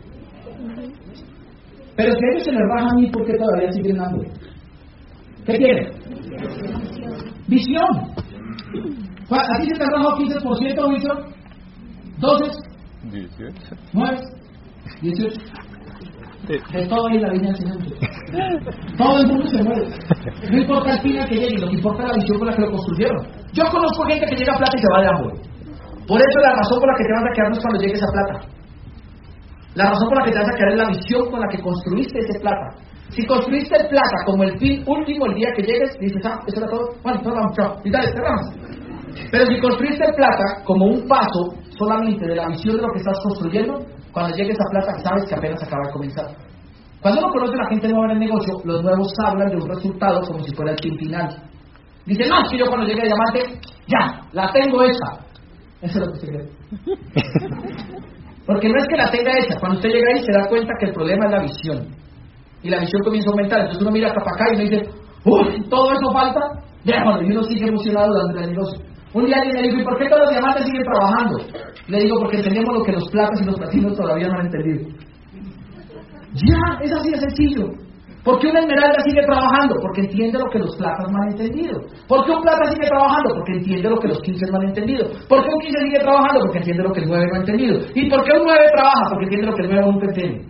Pero si a ellos se les raja a mí, ¿por qué todavía siguen dando? ¿Qué tienen? Visión. ¿A ti se te ha rajado quince por ciento, visión? ¿doce? dieciocho. ¿nueve? ¿dieciocho? De todo ahí la línea del Señor. Todo el mundo se muere. No importa el final que llegue, lo que importa es la visión con la que lo construyeron. Yo conozco gente que llega a plata y se va de hambre. Por eso la razón por la que te vas a quedar no es cuando llegues a plata. La razón por la que te vas a quedar es la visión con la que construiste ese plata. Si construiste el plata como el fin último, el día que llegues, dices, ah, eso era todo, bueno, todo vamos, chao, y dale, cerramos. Pero si construiste el plata como un paso solamente de la visión de lo que estás construyendo, cuando llegues a plata sabes que apenas acaba de comenzar. Cuando uno conoce a la gente nueva en el negocio, los nuevos hablan de un resultado como si fuera el fin final. Dicen, no, es que yo cuando llegue a diamante, ya, la tengo esa. Eso es lo que usted cree. Porque no es que la tenga hecha, cuando usted llega ahí se da cuenta que el problema es la visión. Y la visión comienza a aumentar, entonces uno mira hasta para acá y uno dice, uy, todo eso falta, déjalo, y uno sigue emocionado durante el negocio. Un día alguien me dijo, ¿y por qué todos los diamantes siguen trabajando? Le digo, porque entendemos lo que los platas y los platinos todavía no han entendido. Ya, es así de sencillo. ¿Por qué una esmeralda sigue trabajando? Porque entiende lo que los platas no han entendido. ¿Por qué un plata sigue trabajando? Porque entiende lo que los quince no han entendido. ¿Por qué un quince sigue trabajando? Porque entiende lo que el nueve no ha entendido. ¿Y por qué un nueve trabaja? Porque entiende lo que el nueve nunca entiende.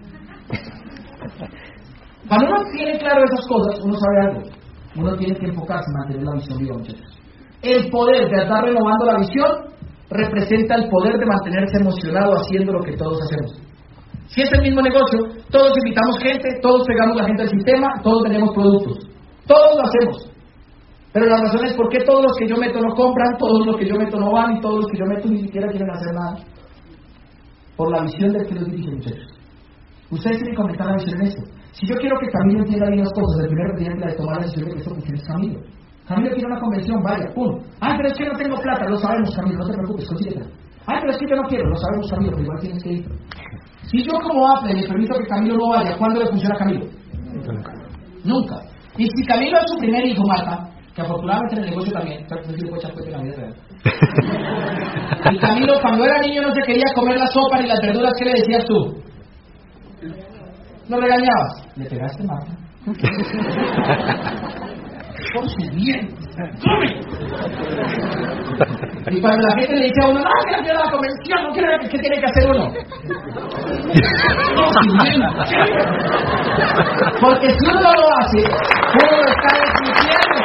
Cuando uno tiene claro esas cosas, uno sabe algo. Uno tiene que enfocarse en mantener la visión viva, muchachos. El poder de estar renovando la visión representa el poder de mantenerse emocionado haciendo lo que todos hacemos. Si es el mismo negocio, todos invitamos gente, todos pegamos la gente al sistema, todos vendemos productos. Todos lo hacemos. Pero la razón es por qué todos los que yo meto no compran, todos los que yo meto no van y todos los que yo meto ni siquiera quieren hacer nada. Por la visión del que los dirige, muchachos. Ustedes tienen que aumentar la visión en esto. Si yo quiero que Camilo entienda bien las cosas, el primer día de tomar la decisión de que esto funcione es Camilo. Camilo quiere una convención, vaya, pum. Ay, pero es que no tengo plata, lo sabemos, Camilo, no te preocupes, consíguetela. Ay, pero es que yo no quiero, lo sabemos, Camilo, pero igual tienes que ir. Si yo como Apple le permito que Camilo no vaya, ¿cuándo le funciona a Camilo? Nunca. Nunca. Y si Camilo es su primer hijo, Marta, que afortunadamente en el negocio también, no sé si le puedo echar cuenta en la vida real. Y Camilo cuando era niño no se quería comer la sopa ni las verduras, ¿qué le decías tú? ¿Lo regañabas? Le pegaste, Marta. Por su bien, ¡come! Y cuando la gente le dice a uno, no, que no quiero la convención, no quiero, ¿qué tiene que hacer uno? Por su bien. Porque si uno no lo hace, uno lo está desmintiendo.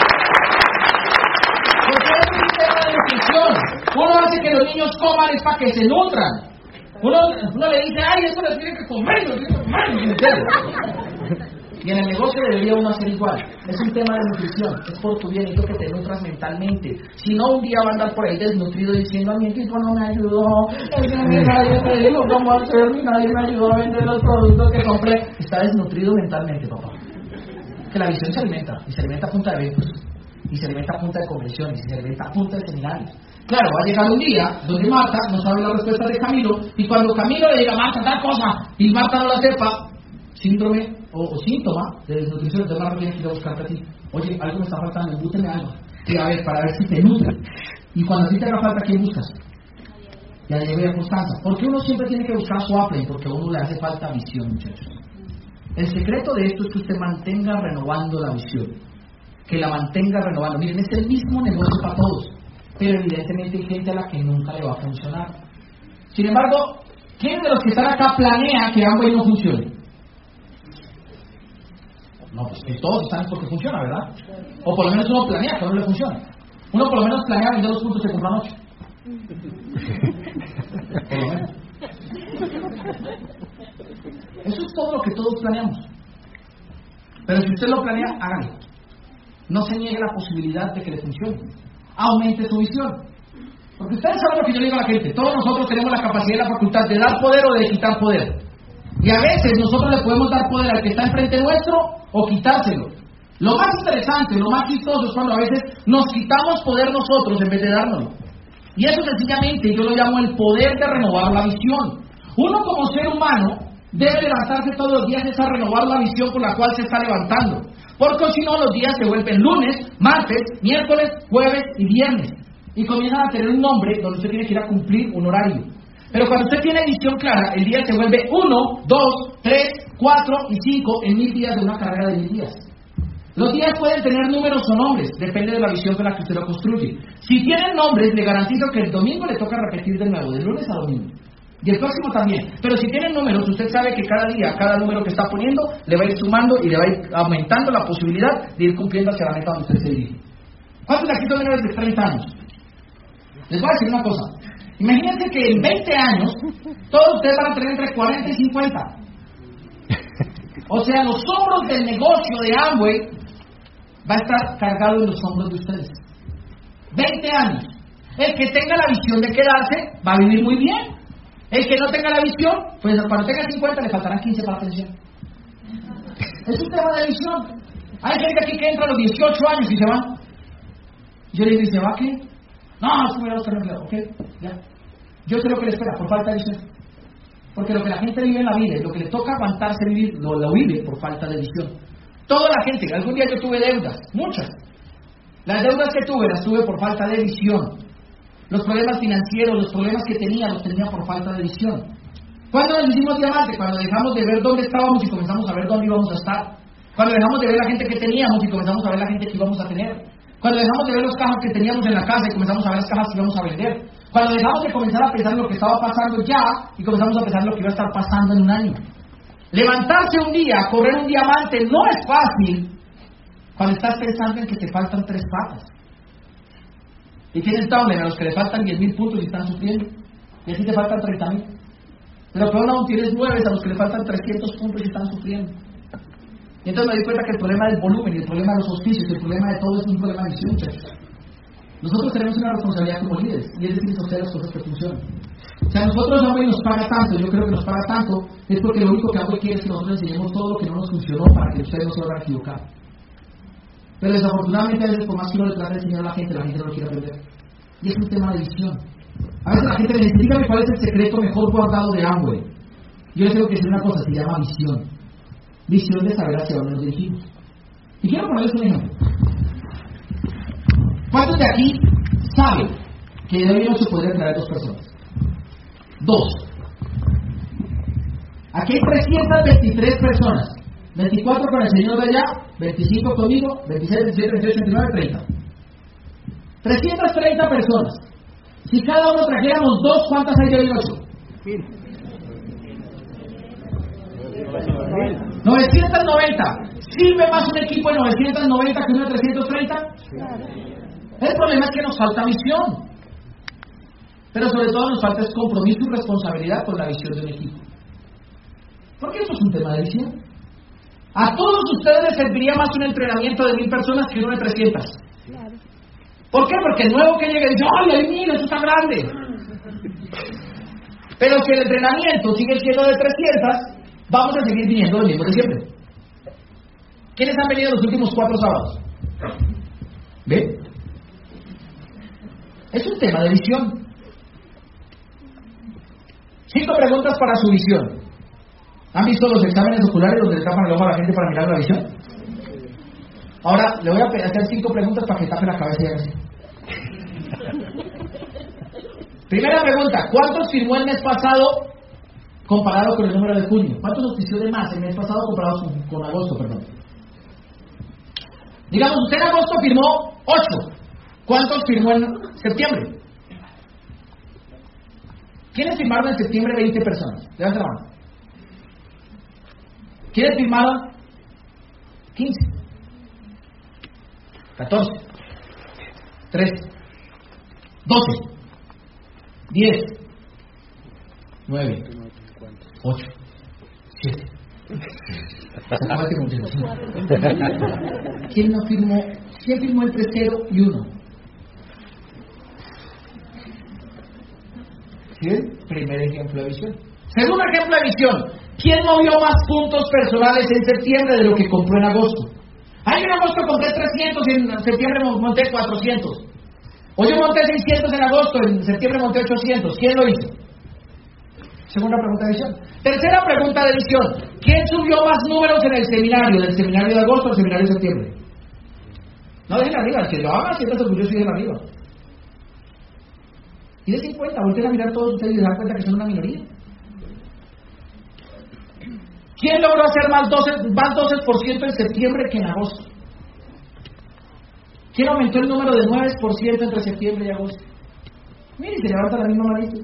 Porque es un sistema de nutrición. Uno hace que los niños coman es para que se nutran. Uno, uno le dice, ay, eso lo tienen que comer, lo tienen que comer. Y en el negocio debería uno hacer igual. Es un tema de nutrición, es por tu bien, es lo que te nutras mentalmente. Si no, un día va a andar por ahí desnutrido diciendo, a mi equipo no me ayudó, nadie me dijo cómo hacer, nadie me ayudó a vender los productos que compré. Está desnutrido mentalmente, papá. Que la visión se alimenta, y se alimenta a punta de eventos, y se alimenta a punta de convenciones, y se alimenta a punta de seminarios. Claro, va a llegar un día donde Marta no sabe la respuesta de Camilo, y cuando Camilo le diga, Marta, tal cosa, y Marta no la sepa, síndrome o, o síntoma de desnutrición, entonces Marta tiene que ir a buscarte a ti. Oye, algo me está faltando, embúteme algo. Y a ver, para ver si te nutre. Y cuando a ti te haga falta, ¿quién buscas? Y ahí voy a Constanza. Porque uno siempre tiene que buscar su Apple, porque a uno le hace falta visión, muchachos. El secreto de esto es que usted mantenga renovando la visión. Que la mantenga renovando. Miren, es el mismo negocio para todos. Pero evidentemente hay gente a la que nunca le va a funcionar. Sin embargo, ¿quién de los que están acá planea que Amway no funcione? No, pues que todos están porque funciona, ¿verdad? O por lo menos uno planea que no le funciona. Uno por lo menos planea vender los puntos que compró anoche. Por lo menos. Eso es todo lo que todos planeamos. Pero si usted lo planea, hágalo. No se niegue la posibilidad de que le funcione. Aumente su visión. Porque ustedes saben lo que yo le digo a la gente. Todos nosotros tenemos la capacidad y la facultad de dar poder o de quitar poder. Y a veces nosotros le podemos dar poder al que está enfrente nuestro o quitárselo. Lo más interesante, lo más chistoso es cuando a veces nos quitamos poder nosotros en vez de dárnoslo. Y eso sencillamente yo lo llamo el poder de renovar la visión. Uno como ser humano debe levantarse todos los días a renovar la visión por la cual se está levantando. Porque si no, los días se vuelven lunes, martes, miércoles, jueves y viernes. Y comienzan a tener un nombre donde usted tiene que ir a cumplir un horario. Pero cuando usted tiene visión clara, el día se vuelve uno, dos, tres, cuatro y cinco en mil días de una carrera de mil días. Los días pueden tener números o nombres, depende de la visión con la que usted lo construye. Si tienen nombres, le garantizo que el domingo le toca repetir de nuevo, de lunes a domingo. Y el próximo también. Pero si tienen números, usted sabe que cada día, cada número que está poniendo, le va a ir sumando y le va a ir aumentando la posibilidad de ir cumpliendo hacia la meta donde usted se dirige. ¿Cuántos de aquí son menores de treinta años? Les voy a decir una cosa. Imagínense que en veinte años, todos ustedes van a tener entre cuarenta y cincuenta. O sea, los hombros del negocio de Amway va a estar cargado en los hombros de ustedes. veinte años. El que tenga la visión de quedarse va a vivir muy bien. El que no tenga la visión, pues cuando tenga cincuenta le faltarán quince para la pensión. Es un tema de visión. Hay gente aquí que entra a los dieciocho años y se va. Yo le digo, ¿y se va qué? No, no, no, no, no, ok, ya. Yo sé lo que le espera, por falta de visión. Porque lo que la gente vive en la vida, lo que le toca aguantarse vivir, lo, lo vive por falta de visión. Toda la gente, algún día yo tuve deudas, muchas. Las deudas que tuve, las tuve por falta de visión. Los problemas financieros, los problemas que tenía, los tenía por falta de visión. ¿Cuándo nos hicimos diamante? Cuando dejamos de ver dónde estábamos y comenzamos a ver dónde íbamos a estar. Cuando dejamos de ver la gente que teníamos y comenzamos a ver la gente que íbamos a tener. Cuando dejamos de ver los cajas que teníamos en la casa y comenzamos a ver las cajas que íbamos a vender. Cuando dejamos de comenzar a pensar en lo que estaba pasando ya y comenzamos a pensar en lo que iba a estar pasando en un año. Levantarse un día, correr un diamante no es fácil cuando estás pensando en que te faltan tres patas. Y tienes downline a los que le faltan diez mil puntos y están sufriendo. Y así te faltan treinta mil. Pero peor aún tienes nueve a los que le faltan trescientos puntos y están sufriendo. Y entonces me di cuenta que el problema del volumen, y el problema de los auspicios, y el problema de todo es un problema de visión, muchachos. Nosotros tenemos una responsabilidad como líderes, y es decir, hacer las cosas que funcionan. O sea, nosotros Amway nos paga tanto, yo creo que nos paga tanto, es porque lo único que Amway quiere es que nosotros enseñemos todo lo que no nos funcionó para que ustedes no se vayan a equivocar. Pero desafortunadamente a veces, por más que uno le trate de enseñar a la gente, la gente no lo quiere aprender. Y es un tema de visión. A veces la gente me dice, dígame cuál es el secreto mejor guardado de Amway. Yo les tengo que decir una cosa, se llama visión. Visión de saber hacia dónde nos dirigimos. Y quiero ponerles un ejemplo. ¿Cuántos de aquí saben que de hoy no se podrían traer dos personas? Dos. Aquí hay trescientas veintitrés personas. veinticuatro con el señor de allá, veinticinco conmigo, veintiséis, veintisiete, veintiocho, veintinueve, treinta. trescientas treinta personas. Si cada uno trajéramos dos, ¿cuántas hay de hoy ocho? novecientos noventa. ¿Sirve más un equipo de novecientos noventa que uno de trescientos treinta? El problema es que nos falta visión. Pero sobre todo nos falta es compromiso y responsabilidad con la visión de un equipo. Porque eso es un tema de visión. A todos ustedes les serviría más un entrenamiento de mil personas que uno de trescientas. Claro. ¿Por qué? Porque el nuevo que llega dice, ¡ay, ay, mira, eso está grande! Pero si el entrenamiento sigue siendo de trescientas, vamos a seguir viniendo los mismos de siempre. ¿Quiénes han venido los últimos cuatro sábados? ¿Ve? Es un tema de visión. Cinco preguntas para su visión. ¿Han visto los exámenes oculares donde le tapan el ojo a la gente para mirar la visión? Ahora le voy a hacer cinco preguntas para que tape la cabeza y haga así. Primera pregunta, ¿cuántos firmó el mes pasado comparado con el número de junio? ¿Cuántos auspició de más el mes pasado comparado con, con agosto, perdón? Digamos, usted en agosto firmó ocho. ¿Cuántos firmó en septiembre? ¿Quiénes firmaron en septiembre? veinte personas. Levanten la mano. ¿Quiénes firmaron? quince. catorce. trece. doce. diez. nueve. ocho. siete. ¿Quién no firmó? ¿Quién firmó entre cero y uno? ¿Sí? Primer ejemplo de visión. Segundo ejemplo de visión. ¿Quién movió más puntos personales en septiembre de lo que compró en agosto? Ay, en agosto compré trescientos y en septiembre monté cuatrocientos. O yo monté seiscientos en agosto, en septiembre monté ochocientos. ¿Quién lo hizo? Segunda pregunta de visión. Tercera pregunta de visión. ¿Quién subió más números en el seminario? ¿Del seminario de agosto al seminario de septiembre? No, dejen arriba. El que lo haga, siéntase orgulloso y dejen arriba. Y de cincuenta, volteen a mirar todos ustedes y se dan cuenta que son una minoría. ¿Quién logró hacer más doce, más doce por ciento en septiembre que en agosto? ¿Quién aumentó el número de nueve por ciento entre septiembre y agosto? Miren, se levanta la misma manito.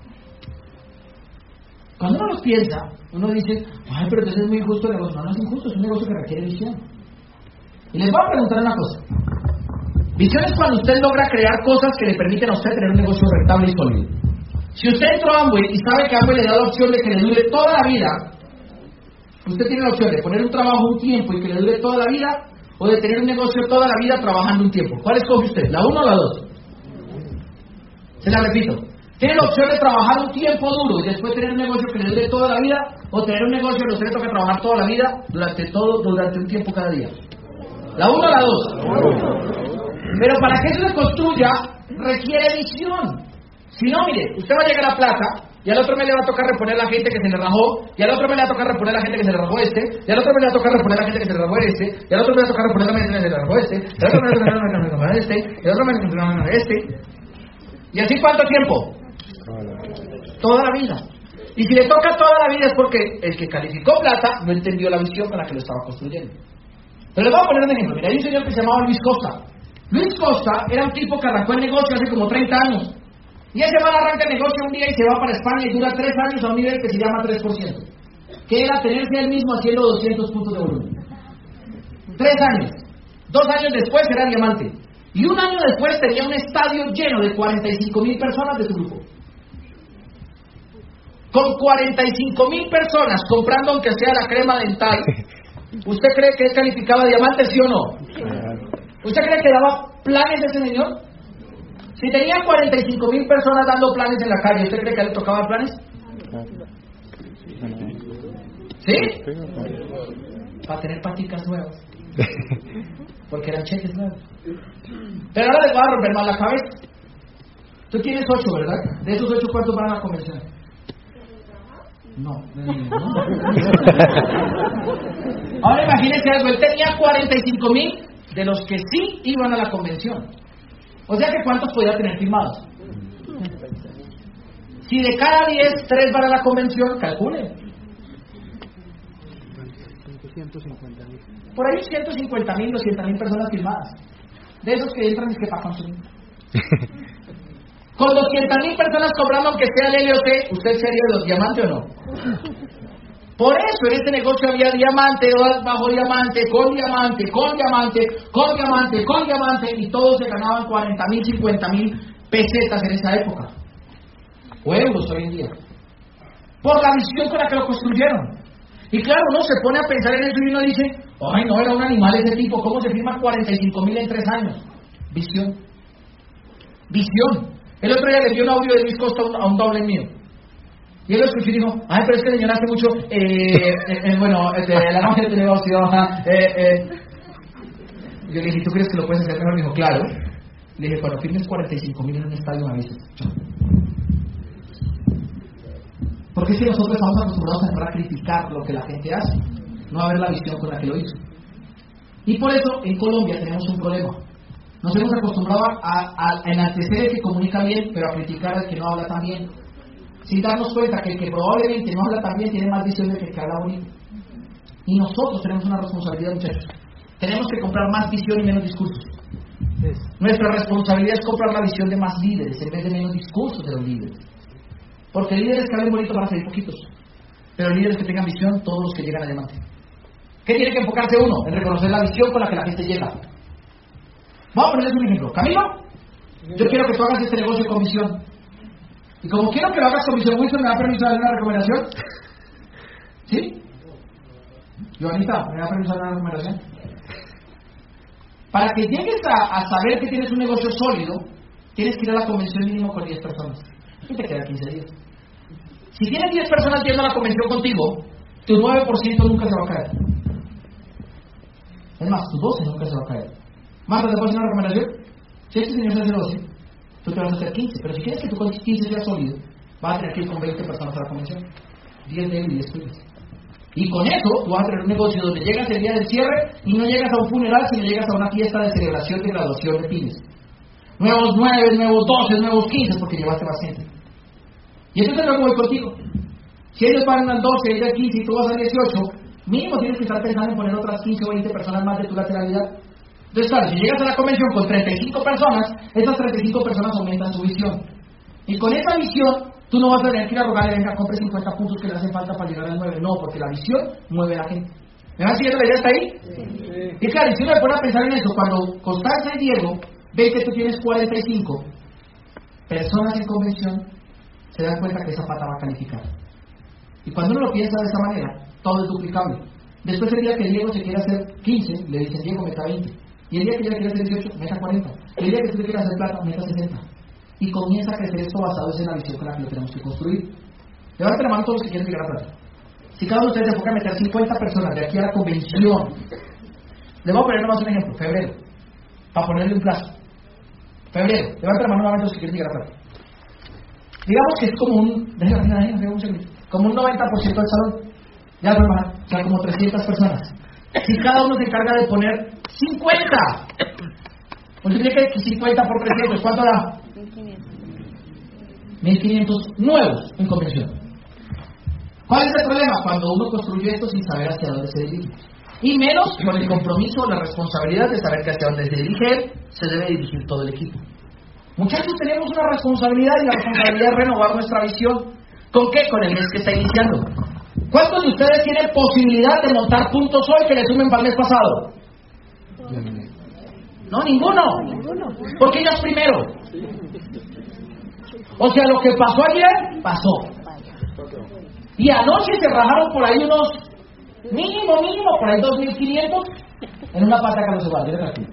Cuando uno los piensa, uno dice, ay, pero entonces es muy injusto el negocio. No, no es injusto, es un negocio que requiere visión. Y les voy a preguntar una cosa. Visión es cuando usted logra crear cosas que le permiten a usted tener un negocio rentable y sólido. Si usted entró a Amway y sabe que Amway le da la opción de que le dure toda la vida, usted tiene la opción de poner un trabajo un tiempo y que le dure toda la vida, o de tener un negocio toda la vida trabajando un tiempo. ¿Cuál escoge usted? ¿La uno o la dos? Se la repito. Tiene la opción de trabajar un tiempo duro y después tener un negocio que le dure toda la vida, o tener un negocio en el que le toca trabajar toda la vida durante todo, durante un tiempo cada día. ¿La uno o la dos? Pero para que eso se construya, requiere visión. Si no, mire, usted va a llegar a plata, y al otro mes le va a tocar reponer a la gente que se le rajó, y al otro mes le va a tocar reponer a la gente que se le rajó este, y al otro mes le va a tocar reponer a la gente que se le rajó este, y al otro mes le va a tocar reponer a la gente que se le rajó este, y al otro mes le va a tocar reponer a este, y al otro mes le va a tocar reponer a este. ¿Y así cuánto tiempo? Toda la vida. Y si le toca toda la vida es porque el que calificó plata no entendió la visión con la que lo estaba construyendo. Pero les voy a poner un ejemplo. Mira, hay un señor que se llamaba Luis Costa. Luis Costa era un tipo que arrancó el negocio hace como treinta años. Y ese man arranca el negocio un día y se va para España y dura tres años a un nivel que se llama tres por ciento. Que era tenerse él mismo haciendo doscientos puntos de volumen. Tres años. Dos años después era diamante. Y un año después tenía un estadio lleno de cuarenta y cinco mil personas de su grupo. Con cuarenta y cinco mil personas comprando aunque sea la crema dental, ¿usted cree que él calificaba diamante, sí o no? ¿Usted cree que daba planes ese señor? Si tenía cuarenta y cinco mil personas dando planes en la calle, ¿usted cree que a él le tocaba planes? ¿Sí? Para tener paticas nuevas. Porque eran cheques nuevos. Pero ahora les voy a romper más la cabeza. Tú tienes ocho, ¿verdad? De esos ocho, ¿cuántos van a la convención? No, no, no. Ahora imagínense algo, él tenía cuarenta y cinco mil de los que sí iban a la convención. O sea que ¿cuántos podía tener firmados? Si de cada diez, tres van a la convención, calcule. Por ahí ciento cincuenta mil, doscientas mil personas firmadas. De esos que entran es que para consumir. Con doscientas mil personas cobrando aunque sea el L O T, ¿usted sería de los diamantes o no? Por eso en este negocio había diamante, bajo diamante, con diamante, con diamante, con diamante, con diamante, y todos se ganaban cuarenta mil, cincuenta mil pesetas en esa época. O euros hoy en día. Por la visión con la que lo construyeron. Y claro, uno se pone a pensar en eso y uno dice, ay, no, era un animal ese tipo, ¿cómo se firma cuarenta y cinco mil en tres años? Visión. Visión. El otro día le envió un audio de Luis Costa a un, a un doble mío. Y él lo escuchó y dijo, ay, pero es que el señor hace mucho, eh, eh, eh, bueno, eh, de la noche de negocio, eh, eh. Yo le dije, ¿tú crees que lo puedes hacer mejor? Me dijo, claro. Le dije, cuando firmes cuarenta y cinco mil en un estadio, me avisas. Porque si nosotros estamos acostumbrados a criticar lo que la gente hace, no a ver la visión con la que lo hizo. Y por eso en Colombia tenemos un problema. Nos hemos acostumbrado a, a enaltecer el que comunica bien, pero a criticar al que no habla tan bien, sin darnos cuenta que el que probablemente no habla tan bien tiene más visión del que el que habla bonito. Y nosotros tenemos una responsabilidad, muchachos. Tenemos que comprar más visión y menos discursos. Nuestra responsabilidad es comprar la visión de más líderes en vez de menos discursos de los líderes. Porque líderes que hablen bonito van a salir poquitos, pero líderes que tengan visión, todos los que llegan a diamante. ¿Qué tiene que enfocarse uno? En reconocer la visión con la que la gente llega. Vamos a ponerles un ejemplo. Camilo, yo quiero que tú hagas este negocio con visión. Y como quiero que lo hagas con visión, Wilson, ¿me da permiso de darle una recomendación? ¿Sí? Joanita, ¿me da permiso de darle una recomendación? Para que llegues a, a saber que tienes un negocio sólido, tienes que ir a la convención mínimo con diez personas. Y te quedan quince días. Si tienes diez personas yendo a la convención contigo, tu nueve por ciento nunca se va a caer. Es más, tu doce nunca se va a caer. Marta, ¿te puedo hacer una recomendación? Si este señor se hace doce, tú te vas a hacer quince. Pero si quieres que tu quince sea sólido, vas a tener que ir con veinte personas a la convención. diez de él y diez tuyas. Y con eso, tú vas a tener un negocio donde llegas el día del cierre y no llegas a un funeral, sino llegas a una fiesta de celebración de graduación de pymes. Nuevos nueve, nuevos doce, nuevos quince, porque llevaste más gente. Y entonces luego voy contigo. Si ellos van al doce, ellos al quince y tú vas al dieciocho, mínimo tienes que estar pensando en poner otras quince o veinte personas más de tu lateralidad. Entonces, claro, si llegas a la convención con treinta y cinco personas, esas treinta y cinco personas aumentan su visión. Y con esa visión, tú no vas a tener que ir a rogarle, venga, compre cincuenta puntos que le hacen falta para llegar al nueve. No, porque la visión mueve a la gente. ¿Me van siguiendo la idea hasta ahí? Sí. Y claro, y si uno me pone a pensar en eso, cuando Constanza y Diego ven que tú tienes cuarenta y cinco personas en convención, se dan cuenta que esa pata va a calificar. Y cuando uno lo piensa de esa manera, todo es duplicable. Después el día que Diego se quiere hacer quince, le dicen, Diego, meta veinte. Y el día que ella quiere hacer dieciocho, meta cuarenta. Y el día que tú te quieres hacer plata, meta sesenta. Y comienza a crecer esto basado en la visión con la que lo tenemos que construir. Levanten la mano todos los que quieren llegar a plata. Si cada uno de ustedes se enfoca a meter cincuenta personas de aquí a la convención, les voy a poner nomás un ejemplo, febrero, para ponerle un plazo. Febrero, levanten la mano nuevamente los que quieren llegar a plata. Digamos que es como un, déjame, déjame, déjame un segundo, como un noventa por ciento del salón. Ya lo van, o sea, como trescientas personas. Si cada uno se encarga de poner cincuenta, multiplique cincuenta por trescientos, ¿cuánto da? mil quinientos nuevos en convención. ¿Cuál es el problema? Cuando uno construye esto sin saber hacia dónde se dirige. Y menos con el compromiso o la responsabilidad de saber que hacia dónde se dirige él, se debe dirigir todo el equipo. Muchachos, tenemos una responsabilidad y la responsabilidad es renovar nuestra visión. ¿Con qué? Con el mes que está iniciando. ¿Cuántos de ustedes tienen posibilidad de montar puntos hoy que le sumen para el mes pasado? No, ninguno. Porque ellos primero. O sea, lo que pasó ayer, pasó. Y anoche se rajaron por ahí unos, mínimo, mínimo, por ahí dos mil quinientos en una pata que no se va, miren aquí.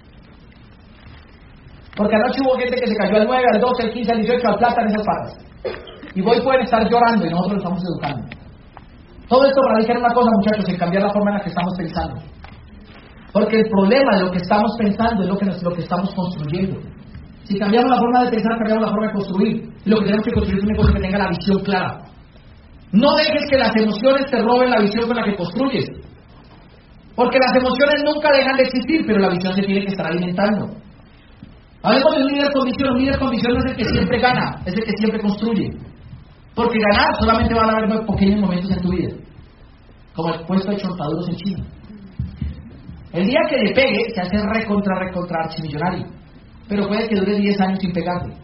Porque anoche hubo gente que se cayó al nueve, al doce, al quince, al dieciocho, al plata en esas patas. Y hoy pueden estar llorando y nosotros lo estamos educando. Todo esto radica en una cosa, muchachos, en cambiar la forma en la que estamos pensando. Porque el problema de lo que estamos pensando es lo que, nos, lo que estamos construyendo. Si cambiamos la forma de pensar, cambiamos la forma de construir. Y lo que tenemos que construir es un negocio que tenga la visión clara. No dejes que las emociones te roben la visión con la que construyes. Porque las emociones nunca dejan de existir, pero la visión se tiene que estar alimentando. Hablemos de un líder con visión. Un líder con visión no es el que siempre gana, es el que siempre construye. Porque ganar solamente van a haber pequeños momentos en tu vida. Como el puesto de chortaduros en China. El día que le pegue, se hace recontra, recontra archimillonario. Pero puede que dure diez años sin pegarle.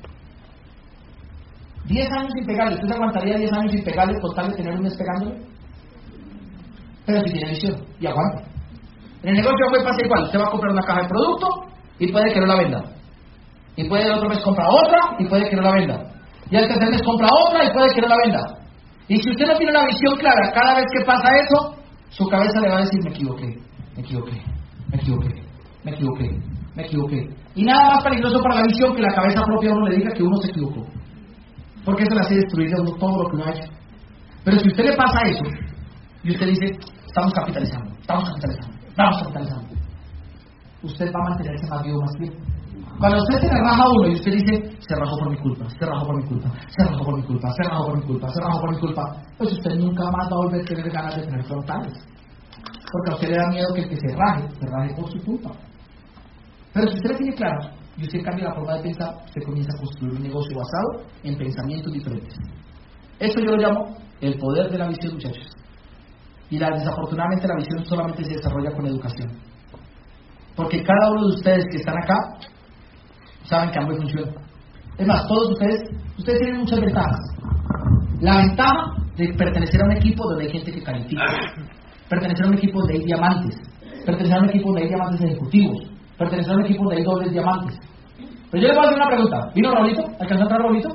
diez años sin pegarle. ¿Usted aguantaría diez años sin pegarle con tal de tener un mes pegándole? Pero si tiene visión y aguanta. En el negocio puede pasar igual. Usted va a comprar una caja de producto y puede que no la venda. Y puede el otro mes comprar otra y puede que no la venda. Y al tercer mes compra otra y puede que no la venda. Y si usted no tiene una visión clara, cada vez que pasa eso, su cabeza le va a decir, me equivoqué, me equivoqué, me equivoqué, me equivoqué, me equivoqué. Y nada más peligroso para la visión que la cabeza propia a uno le diga que uno se equivocó. Porque eso le hace destruir a uno todo lo que uno ha hecho. Pero si a usted le pasa eso, y usted dice, estamos capitalizando, estamos capitalizando, estamos capitalizando, usted va a mantenerse más vivo más tiempo. Cuando usted se le raja a uno y usted dice, se rajó por mi culpa, se rajó por mi culpa, se rajó por mi culpa, se rajó por mi culpa, se rajó por mi culpa, pues usted nunca más va a volver a tener ganas de tener frontales. Porque a usted le da miedo que el que se raje, se raje por su culpa. Pero si usted le tiene claro y usted cambia la forma de pensar, usted comienza a construir un negocio basado en pensamientos diferentes. Eso yo lo llamo el poder de la visión, muchachos. Y la, desafortunadamente la visión solamente se desarrolla con educación. Porque cada uno de ustedes que están acá saben que ambos funcionan. Es más, todos ustedes, ustedes tienen muchas ventajas. La ventaja de pertenecer a un equipo donde hay gente que califica, pertenecer a un equipo donde hay diamantes, pertenecer a un equipo donde hay diamantes ejecutivos, pertenecer a un equipo donde hay dobles diamantes. Pero yo le voy a hacer una pregunta. ¿Vino Raulito? ¿Alcanzó a entrar Raulito?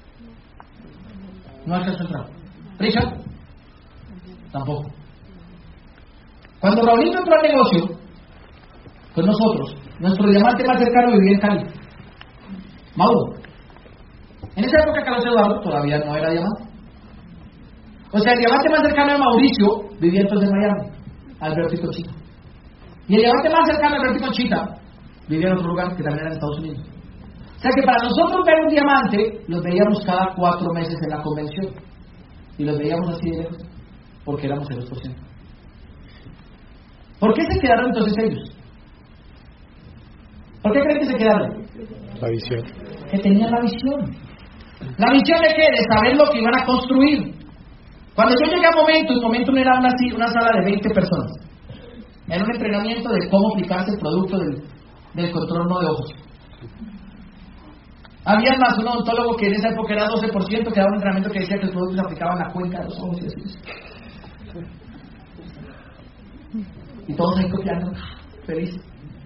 No alcanzó a entrar. ¿Richard? Tampoco. Cuando Raulito entró al negocio con nosotros, nuestro diamante más cercano vivía en Cali, Mauro. En esa época Carlos Eduardo todavía no era diamante. O sea, el diamante más cercano de Mauricio vivía entonces en Miami, Alberto y Conchita. Y el diamante más cercano de Alberto y Conchita vivía en otro lugar que también era en Estados Unidos. O sea que para nosotros ver un diamante los veíamos cada cuatro meses en la convención. Y los veíamos así de lejos, porque éramos el dos por ciento. ¿Por qué se quedaron entonces ellos? ¿Por qué creen que se quedaron? La visión. Que tenían la visión. ¿La visión de qué? De saber lo que iban a construir. Cuando yo llegué a Momentum, Momentum era una, una sala de veinte personas. Era un entrenamiento de cómo aplicarse el producto del, del contorno de ojos. Había más un odontólogo que en esa época era doce por ciento, que daba un entrenamiento que decía que el producto se aplicaba en la cuenca de los ojos y así. Y todos ahí copiando, felices.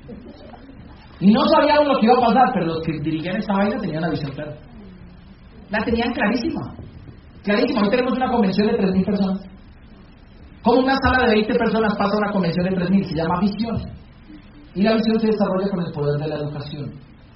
Y no sabíamos lo que iba a pasar, pero los que dirigían esta vaina tenían la visión clara. La tenían clarísima. Clarísima. Hoy tenemos una convención de tres mil personas. Como una sala de veinte personas pasa a una convención de tres mil, se llama visión. Y la visión se desarrolla con el poder de la educación.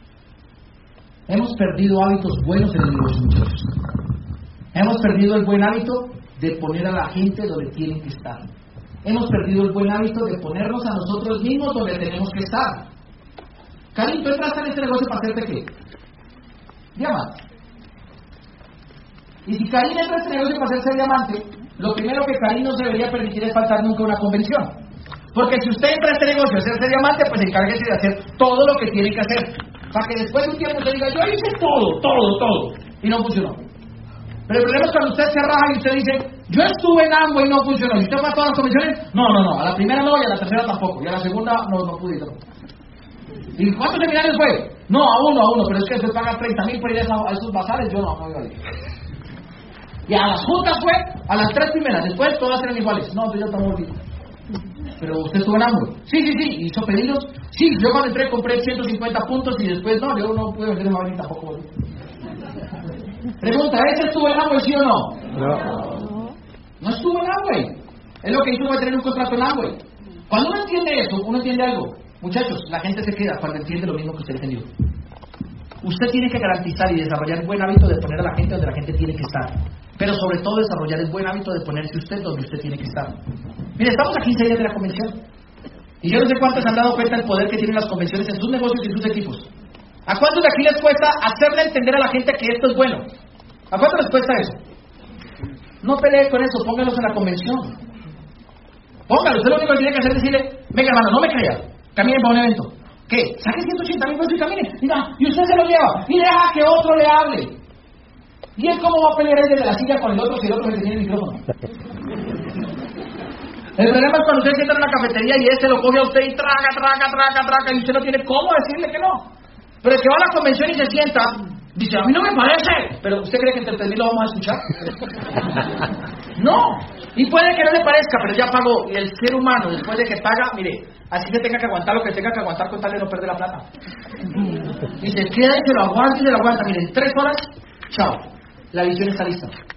Hemos perdido hábitos buenos en el negocio, muchachos. Hemos perdido el buen hábito de poner a la gente donde tienen que estar. Hemos perdido el buen hábito de ponernos a nosotros mismos donde tenemos que estar. Karim, tú entraste en este negocio para hacerte qué? Diamante. Y si Karim entra en este negocio para hacerse diamante, lo primero que Karim no se debería permitir es faltar nunca a una convención. Porque si usted entra a este negocio a hacerse diamante, pues encárguese de hacer todo lo que tiene que hacer. Para que después de un tiempo usted diga, yo hice todo, todo, todo. Y no funcionó. Pero el problema es cuando usted se raja y usted dice, yo estuve en Amway y no funcionó. ¿Y usted fue a todas las convenciones? No, no, no. A la primera no y a la tercera tampoco. Y a la segunda no, no pude. No. ¿Y cuántos seminarios fue? No, a uno, a uno. Pero es que usted paga treinta mil por ir a esos bazares. Yo no, no iba a ir. Y a las juntas fue, a las tres primeras. Después todas eran iguales. No, yo estaba volviendo. Pero usted estuvo en Amway. Sí, sí, sí. ¿Hizo pedidos? Sí, yo cuando entré compré ciento cincuenta puntos y después no, yo no pude vender más ni tampoco. Pregunta, ¿ese estuvo en Amway, sí o no? No. No estuvo en Amway. Es lo que hizo, fue tener un contrato en Amway. Cuando uno entiende eso, uno entiende algo. Muchachos, la gente se queda cuando entiende lo mismo que usted entendió. Usted tiene que garantizar y desarrollar el buen hábito de poner a la gente donde la gente tiene que estar. Pero sobre todo desarrollar el buen hábito de ponerse usted donde usted tiene que estar. Mire, estamos a quince días de la convención. Y yo no sé cuántos han dado cuenta del poder que tienen las convenciones en sus negocios y en sus equipos. ¿A cuántos de aquí les cuesta hacerle entender a la gente que esto es bueno? ¿A cuántos les cuesta eso? No pelee con eso, póngalos en la convención. Póngalos, usted lo único que tiene que hacer es decirle, venga hermano, no me crea, camine para un evento. ¿Qué? Saque ciento ochenta mil pesos y camine. Diga, y usted se lo lleva, y deja que otro le hable. ¿Y él cómo va a pelear desde la silla con el otro si el otro le tiene el micrófono? El problema es cuando usted sienta en una cafetería y este lo coge a usted y traga, traga, traga, traga, y usted no tiene cómo decirle que no. Pero el que va a la convención y se sienta, dice, a mí no me parece. Pero ¿usted cree que entre tres mil lo vamos a escuchar? No. Y puede que no le parezca, pero ya pagó. Y el ser humano, después de que paga, mire, así se tenga que aguantar lo que tenga que aguantar con tal de no perder la plata. Y se queda y se lo aguanta y se lo aguanta. Mire, en tres horas, chao. La visión está lista.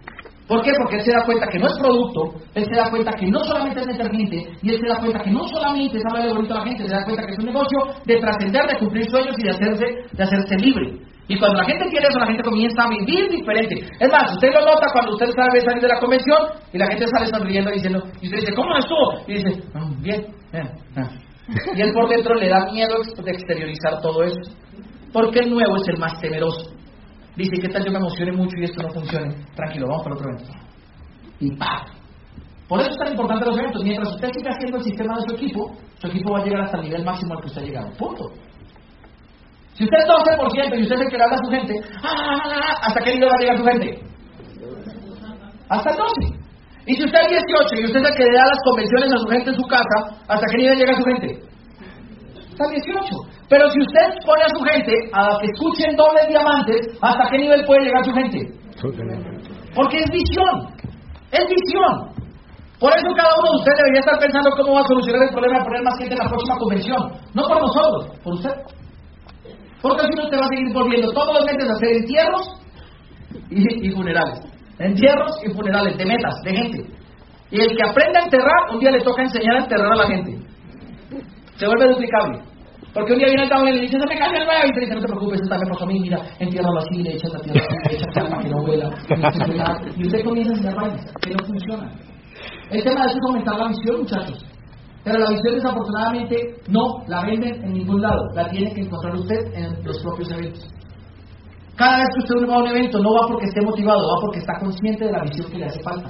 ¿Por qué? Porque él se da cuenta que no es producto, él se da cuenta que no solamente es detergente, y él se da cuenta que no solamente es hablar de bonito a la gente, se da cuenta que es un negocio de trascender, de cumplir sueños y de hacerse, de hacerse libre. Y cuando la gente quiere eso, la gente comienza a vivir diferente. Es más, usted lo nota cuando usted sabe salir de la convención y la gente sale sonriendo diciendo, y usted dice, ¿cómo estuvo? Y dice, oh, bien, bien, bien. Y él por dentro le da miedo de exteriorizar todo eso, porque el nuevo es el más temeroso. Dice, ¿qué tal yo me emocione mucho y esto no funcione? Tranquilo, vamos para otro evento. Y ¡pam! Por eso es tan importante los eventos. Mientras usted siga haciendo el sistema de su equipo, su equipo va a llegar hasta el nivel máximo al que usted ha llegado. Punto. Si usted es doce por ciento y usted es el que le habla a su gente, ¡ah! ¿Hasta qué nivel va a llegar su gente? Hasta el doce. Y si usted es dieciocho y usted es el que le da las convenciones a su gente en su casa, ¿hasta qué nivel llega su gente? Hasta el dieciocho. Pero si usted pone a su gente a que escuchen dobles diamantes, ¿hasta qué nivel puede llegar su gente? Porque es visión. Es visión. Por eso cada uno de ustedes debería estar pensando cómo va a solucionar el problema de poner más gente en la próxima convención. No por nosotros, por usted. Porque si no, usted va a seguir volviendo todos los meses a hacer entierros y, y funerales. Entierros y funerales, de metas, de gente. Y el que aprende a enterrar, un día le toca enseñar a enterrar a la gente. Se vuelve duplicable. Porque un día viene el tablet y le dice, se me cayó el nuevo. Y te dice, no te preocupes, eso también pasó a mí, mira, entiérralo así, le echas la tierra así, le echas calma que no vuela. Y usted comienza a enseñar vainas que no funcionan. El tema de eso es aumentar la visión, muchachos. Pero la visión, desafortunadamente, no la venden en ningún lado. La tiene que encontrar usted en los propios eventos. Cada vez que usted va a un evento, no va porque esté motivado, va porque está consciente de la visión que le hace falta.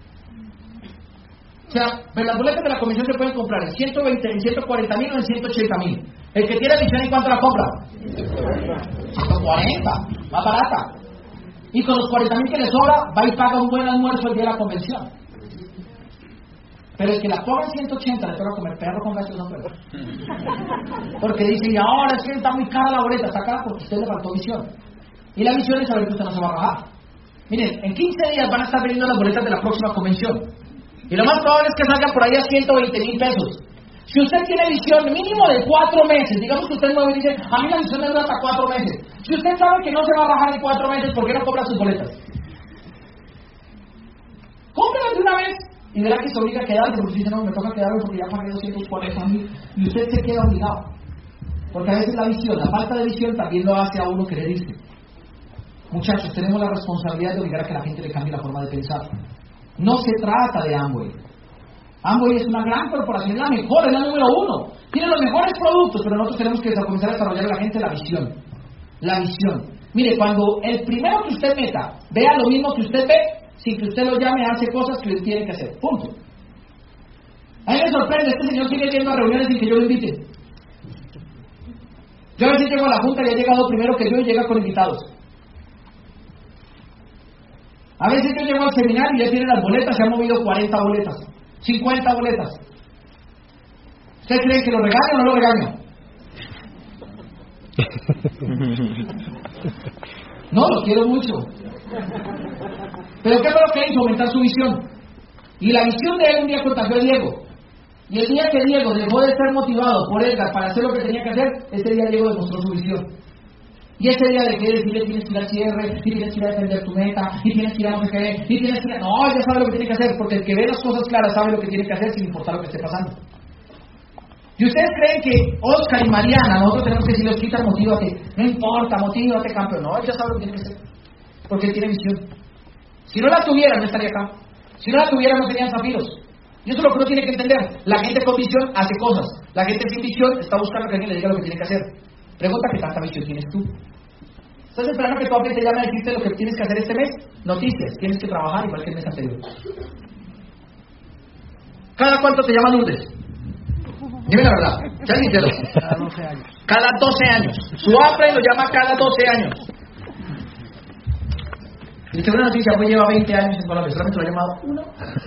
O sea, las boletas de la comisión se pueden comprar en ciento veinte, en ciento cuarenta mil o en ciento ochenta mil. El que tiene visión, ¿en cuánto la compra? ciento cuarenta, más barata. Y con los cuarenta mil que le sobra, va y paga un buen almuerzo el día de la convención. Pero el que la ponga en ciento ochenta le toca comer perro con gatos, no perro. Porque dice, y ahora es que está muy cara la boleta, está cara porque a usted le faltó visión. Y la visión es saber que usted no se va a rajar. Miren, en quince días van a estar vendiendo las boletas de la próxima convención. Y lo más probable es que salgan por ahí a ciento veinte mil pesos. Si usted tiene visión mínimo de cuatro meses, digamos que usted nuevo y dice, a mí la visión me dura hasta cuatro meses. Si usted sabe que no se va a rajar en cuatro meses, ¿por qué no compra sus boletas? Cómpralas de una vez y verá que se obliga a quedarse, porque dice, no, me toca quedarme porque ya pagué doscientos cuarenta mil y usted se queda obligado. Porque a veces la visión, la falta de visión también lo hace a uno querer irse. Muchachos, tenemos la responsabilidad de obligar a que la gente le cambie la forma de pensar. No se trata de Amway. Amway es una gran corporación, es la mejor, es la número uno. Tiene los mejores productos, pero nosotros tenemos que comenzar a desarrollar a la gente la visión. La visión. Mire, cuando el primero que usted meta vea lo mismo que usted ve, sin que usted lo llame, hace cosas que tiene que hacer. Punto. A mí me sorprende, este señor sigue yendo a reuniones sin que yo lo invite. Yo a veces llego a la junta y ha llegado primero que yo y llega con invitados. A veces yo llego al seminario y ya tiene las boletas, se han movido cuarenta boletas, cincuenta boletas. ¿Usted cree que lo regaña o no lo regaña? No, lo quiero mucho. Pero ¿qué fue lo que hizo? Aumentar su visión. Y la visión de él un día contagió a Diego. Y el día que Diego dejó de estar motivado por Edgar para hacer lo que tenía que hacer, ese día Diego demostró su visión. Y ese día de que decirle tienes que ir al cierre, y tienes que ir a defender tu meta, y tienes que ir a no sé qué, y tienes que ir a... No, ya sabe lo que tiene que hacer, porque el que ve las cosas claras sabe lo que tiene que hacer sin importar lo que esté pasando. Y ustedes creen que Oscar y Mariana, nosotros tenemos que decirle, Oscar, motívate, no importa, motívate, campeón. No, él ya sabe lo que tiene que hacer, porque él tiene visión. Si no la tuviera, no estaría acá. Si no la tuviera, no serían zafiros. Y eso es lo que uno tiene que entender. La gente con visión hace cosas. La gente sin visión está buscando que alguien le diga lo que tiene que hacer. Pregunta qué tanta visión tienes tú. ¿Estás esperando que tu alguien te llame a decirte lo que tienes que hacer este mes? Noticias, tienes que trabajar igual que el mes anterior. ¿Cada cuánto te llama Lourdes? Dime la verdad, sean sinceros. Cada doce años. Cada doce años. Su APRE lo llama cada doce años. Y según la noticia, hoy lleva veinte años en Colombia, solamente lo ha llamado uno.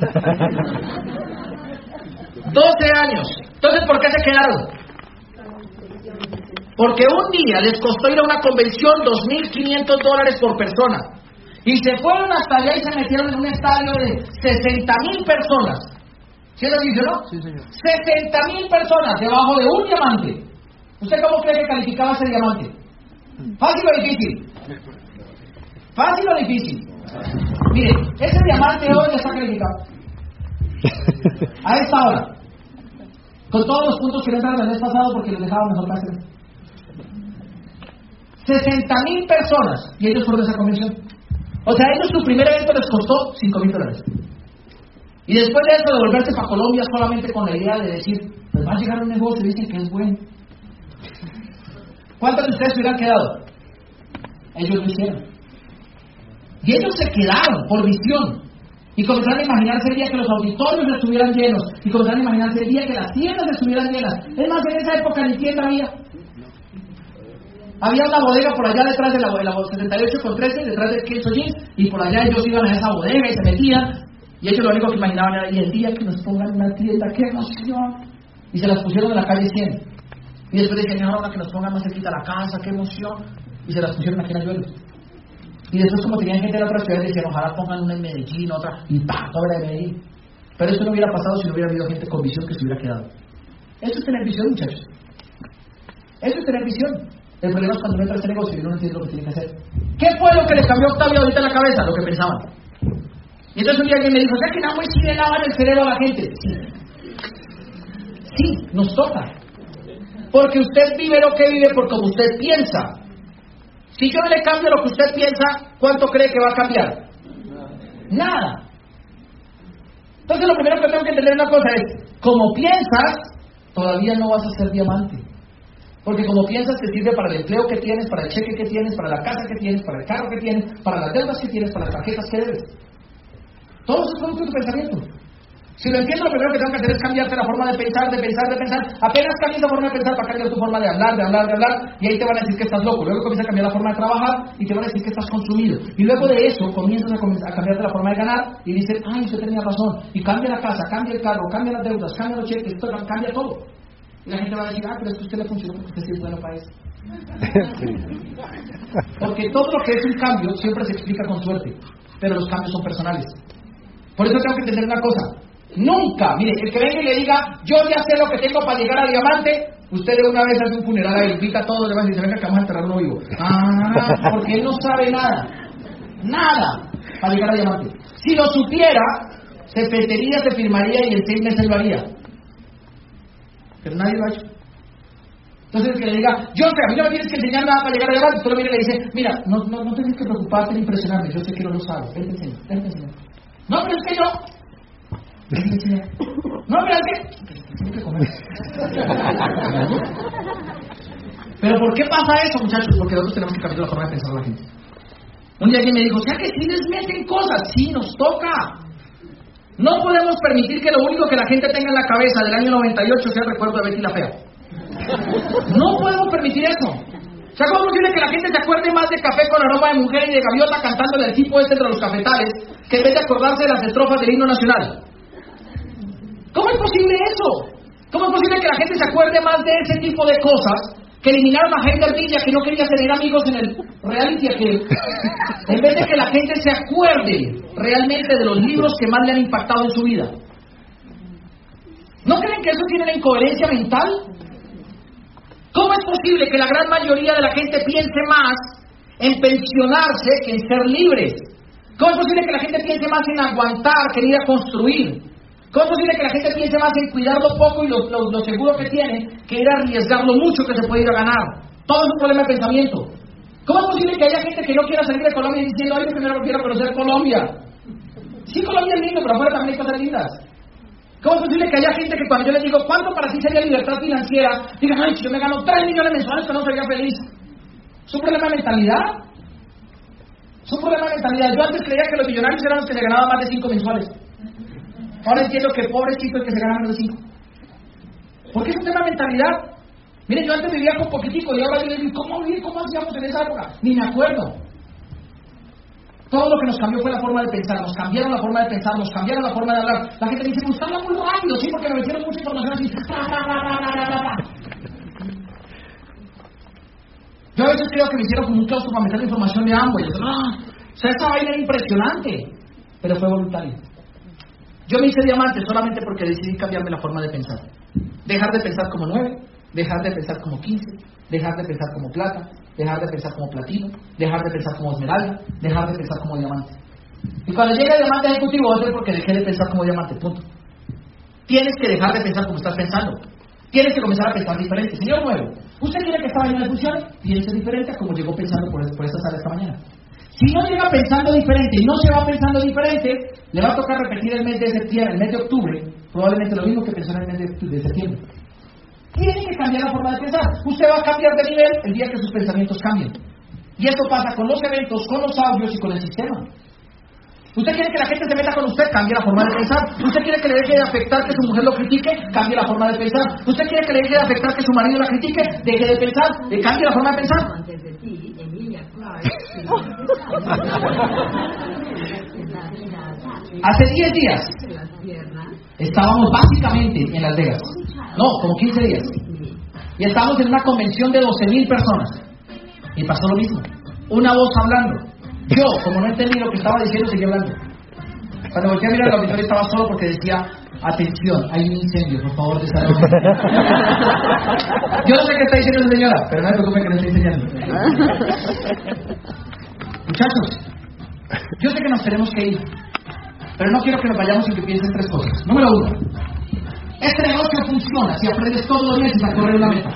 doce años. Entonces, ¿por qué se quedaron? Porque un día les costó ir a una convención dos mil quinientos dólares por persona. Y se fueron hasta allá y se metieron en un estadio de sesenta mil personas. ¿Sí lo dice, no? Sí, señor. sesenta mil personas debajo de un diamante. ¿Usted cómo cree que calificaba ese diamante? ¿Fácil o difícil? ¿Fácil o difícil? Mire, ese diamante de oro ya está calificado. A esta hora. Con todos los puntos que no entraron el mes pasado porque los dejaban mejor para hacer. sesenta mil personas y ellos fueron de esa convención. O sea, a ellos su primer evento les costó cinco mil dólares. Y después de eso, devolverse para Colombia solamente con la idea de decir, pues va a llegar un negocio y dicen que es bueno. ¿Cuántos de ustedes se hubieran quedado? Ellos lo hicieron. Y ellos se quedaron por visión. Y comenzaron a imaginarse el día que los auditorios estuvieran llenos. Y comenzaron a imaginarse el día que las tiendas estuvieran llenas. Es más, en esa época ni tienda había. Había una bodega por allá detrás de la, de la setenta y ocho con trece, detrás del Queso Jeans. Y por allá ellos iban a esa bodega y se metían. Y ellos lo único que imaginaban era, y el día que nos pongan una tienda, ¡qué emoción! Y se las pusieron en la calle cien. Y después decían, ahora que nos pongan más cerquita la casa, ¡qué emoción! Y se las pusieron aquí en Ayuelos. Y después, como tenían gente en otras ciudades, decían, ojalá pongan una en Medellín, otra, y ¡pah! Toda la de Medellín. Pero eso no hubiera pasado si no hubiera habido gente con visión que se hubiera quedado. Eso es tener visión, muchachos. Eso es tener visión. El problema es cuando uno entra a este negocio y uno no entiende lo que tiene que hacer. ¿Qué fue lo que le cambió a Octavio ahorita en la cabeza? Lo que pensaban. Y entonces un día alguien me dijo, ¿sabes que Nahuel sí le lavan el cerebro a la gente? Sí. Sí, nos toca. Porque usted vive lo que vive por como usted piensa. Si yo le cambio lo que usted piensa, ¿cuánto cree que va a cambiar? Nada. Entonces lo primero que tengo que entender una cosa es, como piensas, todavía no vas a ser diamante. Porque como piensas te sirve para el empleo que tienes, para el cheque que tienes, para la casa que tienes, para el carro que tienes, para las deudas que tienes, para las tarjetas que debes. Todo eso es producto de tu pensamiento. Si lo entiendo, lo primero que tengo que hacer es cambiarte la forma de pensar, de pensar, de pensar. Apenas cambias la forma de pensar, para cambiar tu forma de hablar, de hablar, de hablar, y ahí te van a decir que estás loco. Luego comienzas a cambiar la forma de trabajar y te van a decir que estás consumido. Y luego de eso comienzas a, a cambiarte la forma de ganar y dices, ay, usted tenía razón. Y cambia la casa, cambia el carro, cambia las deudas, cambia los cheques, esto, cambia todo. Y la gente va a decir, ah, pero es que usted le funcionó porque usted sí es bueno para eso. Porque todo lo que es un cambio siempre se explica con suerte, pero los cambios son personales. Por eso tengo que entender una cosa. Nunca, mire, el que venga y le diga, yo ya sé lo que tengo para llegar a diamante, usted de una vez hace un funeral a él, invita a todos, le va a decir, venga que vamos a enterrar uno vivo. Ah, porque él no sabe nada. Nada para llegar a diamante. Si lo supiera, se metería, se firmaría y en seis meses lo haría. Pero nadie lo ha hecho. Entonces el que le diga, yo sé, a mí no me tienes que enseñar nada para llegar a diamante, usted lo viene y le dice, mira, no, no, no tienes que preocuparte ni impresionarme, yo sé que no lo sabes, él te enseña, él te enseña. No, pero es que yo... No, pero es que... Tengo que comer. Pero ¿por qué pasa eso, muchachos? Porque nosotros tenemos que cambiar la forma de pensar a la gente. Un día alguien me dijo, o sea que si les meten cosas, sí, nos toca. No podemos permitir que lo único que la gente tenga en la cabeza del año noventa y ocho sea el recuerdo de Betty la Fea. No podemos permitir eso. O sea, ¿cómo es posible que la gente se acuerde más de Café con aroma de mujer y de gaviota cantándole al tipo este entre los cafetales que en vez de acordarse de las estrofas del himno nacional? ¿Cómo es posible eso? ¿Cómo es posible que la gente se acuerde más de ese tipo de cosas que eliminaron a Heider Villa, que no quería tener amigos en el reality aquel, en vez de que la gente se acuerde realmente de los libros que más le han impactado en su vida? ¿No creen que eso tiene una incoherencia mental? ¿Cómo es posible que la gran mayoría de la gente piense más en pensionarse que en ser libres? ¿Cómo es posible que la gente piense más en aguantar que en ir a construir? ¿Cómo es posible que la gente piense más en cuidar lo poco y lo, lo, lo seguro que tiene que ir a arriesgar lo mucho que se puede ir a ganar? Todo es un problema de pensamiento. ¿Cómo es posible que haya gente que no quiera salir de Colombia diciendo, ay, yo primero quiero conocer Colombia? Sí, Colombia es lindo, pero afuera también hay cosas lindas. ¿Cómo es posible que haya gente que cuando yo les digo, ¿cuánto para ti sería libertad financiera? Digan, ay, si yo me gano tres millones mensuales, que no sería feliz. ¿Es un problema de mentalidad? Es un problema de mentalidad. Yo antes creía que los millonarios eran los que se ganaban más de cinco mensuales. Ahora entiendo que pobrecito el que se gana menos de cinco. Porque es un tema de mentalidad. Miren, yo antes vivía con poquitico y ahora yo digo, ¿cómo vivir? ¿Cómo hacíamos en esa época? Ni me acuerdo. Todo lo que nos cambió fue la forma de pensar. Nos cambiaron la forma de pensar, nos cambiaron la forma de hablar. La gente dice, usted habla muy rápido, sí, porque me metieron mucha información así. Yo a veces creo que me hicieron como un claustro para meter la información de ambos. Y yo, ah, o sea, esa vaina era impresionante, pero fue voluntario. Yo me hice diamante solamente porque decidí cambiarme la forma de pensar. Dejar de pensar como nueve, dejar de pensar como quince, dejar de pensar como plata, dejar de pensar como platino, dejar de pensar como esmeralda, dejar de pensar como diamante. Y cuando llega el diamante ejecutivo va a ser porque dejé de pensar como diamante, punto. Tienes que dejar de pensar como estás pensando. Tienes que comenzar a pensar diferente. Señor nuevo, ¿usted quiere que esta mañana funcione? Piense diferente a como llegó pensando por, por esta sala esta mañana. Si no llega pensando diferente y no se va pensando diferente, le va a tocar repetir el mes de septiembre, el mes de octubre, probablemente lo mismo que pensó en el mes de, de septiembre. Tiene que cambiar la forma de pensar. Usted va a cambiar de nivel el día que sus pensamientos cambien. Y esto pasa con los eventos, con los audios y con el sistema. Usted quiere que la gente se meta con usted, cambie la forma de pensar. Usted quiere que le deje de afectar que su mujer lo critique, cambie la forma de pensar. Usted quiere que le deje de afectar que su marido la critique, deje de pensar, de cambie la forma de pensar. Hace diez días estábamos básicamente en Las Vegas. No, como quince días. Y estábamos en una convención de doce mil personas. Y pasó lo mismo. Una voz hablando. Yo, como no entendí lo que estaba diciendo, seguí hablando. Cuando volteé a mirar al auditorio estaba solo porque decía: atención, hay un incendio, por favor, desalojen. Yo no sé qué está diciendo la señora, pero no me preocupen que no estoy enseñando. Muchachos, yo sé que nos tenemos que ir, pero no quiero que nos vayamos sin que piensen tres cosas. Número uno, este negocio funciona si aprendes todos los meses a correr una meta.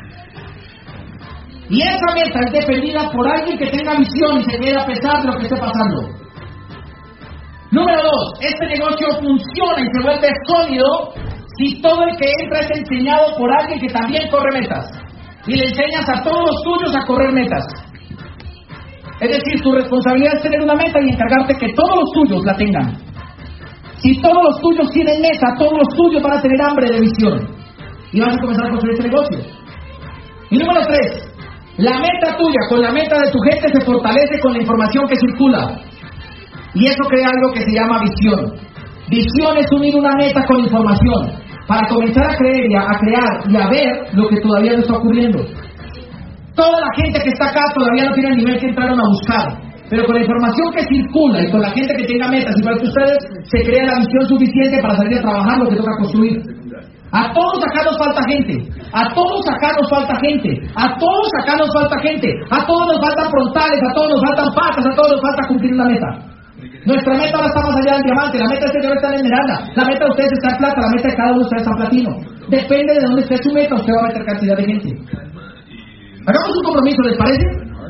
Y esa meta es defendida por alguien que tenga visión y se quede a pesar de lo que esté pasando. Número dos, este negocio funciona y se vuelve sólido si todo el que entra es enseñado por alguien que también corre metas. Y le enseñas a todos los tuyos a correr metas. Es decir, tu responsabilidad es tener una meta y encargarte que todos los tuyos la tengan. Si todos los tuyos tienen meta, todos los tuyos van a tener hambre de visión. Y vas a comenzar a construir este negocio. Y número tres, la meta tuya con la meta de tu gente se fortalece con la información que circula. Y eso crea algo que se llama visión. Visión es unir una meta con información para comenzar a creer y a, a crear y a ver lo que todavía no está ocurriendo. Toda la gente que está acá todavía no tiene el nivel que entraron a buscar, pero con la información que circula y con la gente que tenga metas igual que ustedes, se crea la visión suficiente para salir a trabajar lo que toca construir. A todos acá nos falta gente, a todos acá nos falta gente, a todos acá nos falta gente, a todos nos faltan frontales, a todos nos faltan patas, a todos nos falta cumplir una meta. Nuestra meta ahora está más allá del diamante, la meta de este señor está en esmeralda, la meta de ustedes está en plata, la meta de cada uno de ustedes está en platino. Depende de dónde esté su meta, usted va a meter cantidad de gente. Hagamos un compromiso, ¿les parece?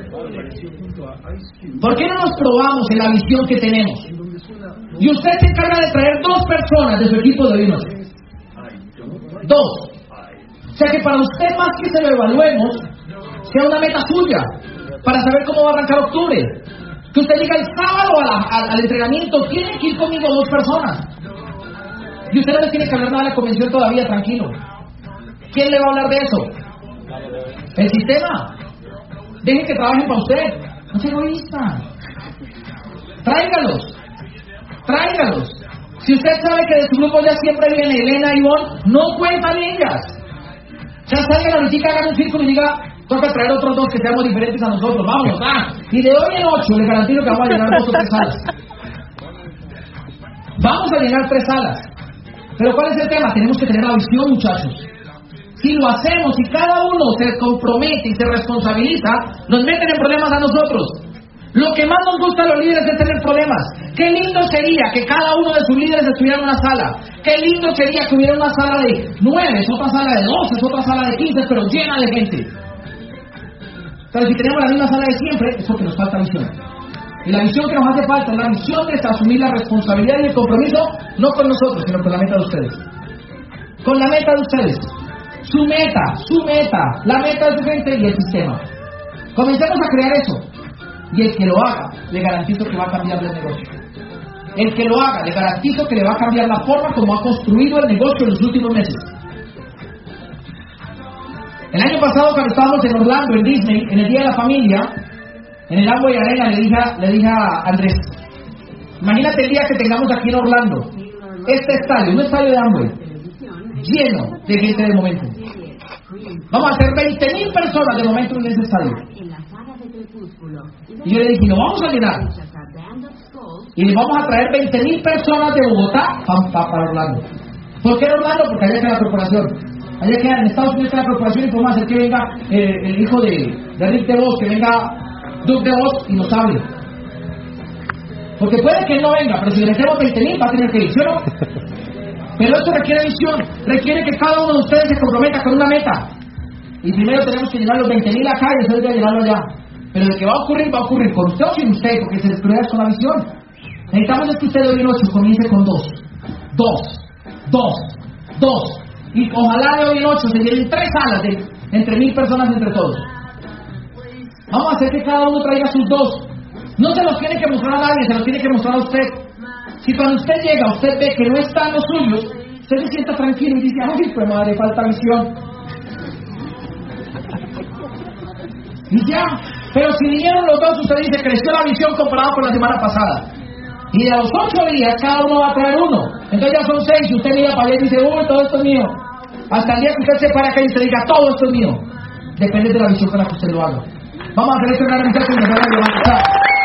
¿Por qué no nos probamos en la visión que tenemos? Y usted se encarga de traer dos personas de su equipo de hoy. Dos. O sea que para usted, más que se lo evaluemos, sea una meta suya, para saber cómo va a arrancar octubre. Que usted diga el sábado a la, a, al entrenamiento, tiene que ir conmigo dos personas. Y usted no le tiene que hablar nada de la convención todavía, tranquilo. ¿Quién le va a hablar de eso? El sistema. Dejen que trabajen para usted. No sea egoísta. Tráigalos. Tráigalos. Si usted sabe que de su grupo ya siempre viene Elena y Ivonne, no cuentan ellas. Ya salgan ahorita, hagan un círculo y diga: toca traer otros dos que seamos diferentes a nosotros. Vámonos, ah. Y de hoy en ocho les garantizo que vamos a llenar dos o tres salas. Vamos a llenar tres salas. Pero ¿cuál es el tema? Tenemos que tener la visión, muchachos. Si lo hacemos, si cada uno se compromete y se responsabiliza, nos meten en problemas a nosotros. Lo que más nos gusta a los líderes es tener problemas. Qué lindo sería que cada uno de sus líderes estuviera en una sala. Qué lindo sería que hubiera una sala de nueve, es otra sala de doce, es otra sala de quince, pero llena de gente. Pero si tenemos la misma sala de siempre, es porque nos falta visión. Y la visión que nos hace falta es la visión de asumir la responsabilidad y el compromiso, no con nosotros, sino con la meta de ustedes. Con la meta de ustedes. Su meta, su meta, la meta de su gente y el sistema. Comencemos a crear eso. Y el que lo haga, le garantizo que va a cambiar el negocio. El que lo haga, le garantizo que le va a cambiar la forma como ha construido el negocio en los últimos meses. El año pasado, cuando estábamos en Orlando, en Disney, en el Día de la Familia, en el Amway Arena, le dije, le dije a Andrés: imagínate el día que tengamos aquí en Orlando este estadio, un estadio de Amway, lleno de gente de momento. Vamos a hacer veinte mil personas de momento en ese estadio. Y yo le dije: lo vamos a llenar. Y le vamos a traer veinte mil personas de Bogotá para pa, pa Orlando. ¿Por qué en Orlando? Porque allá queda la corporación. Allá queda, en Estados Unidos queda la corporación, y podemos hacer que venga eh, el hijo de, de Rick DeVos, que venga Doug DeVos y nos hable. Porque puede que él no venga, pero si le metemos veinte mil va a tener que ir, ¿sí o no? Pero eso requiere visión, requiere que cada uno de ustedes se comprometa con una meta. Y primero tenemos que llevar los veinte mil acá y después de llevarlo allá. Pero de que va a ocurrir, va a ocurrir con usted o sin usted, porque se descubrirá con la visión. Necesitamos es que usted de hoy en ocho comience con dos. Dos. Dos. Dos. Y ojalá de hoy en ocho se lleven tres salas de, entre mil personas entre todos. Vamos a hacer que cada uno traiga sus dos. No se los tiene que mostrar a nadie, se los tiene que mostrar a usted. Si cuando usted llega, usted ve que no están los suyos, usted se sienta tranquilo y dice, ay, pues madre, falta visión. Y ya. Pero si vinieron los dos, usted dice, creció la visión comparado con la semana pasada. Y de los ocho días, cada uno va a traer uno. Entonces ya son seis, y usted mira para allá y dice, uy, todo esto es mío. Hasta el día que usted se para acá y usted diga, todo esto es mío. Depende de la visión con la que usted lo haga. Vamos a hacer esto en la mitad y nos vamos a levantar.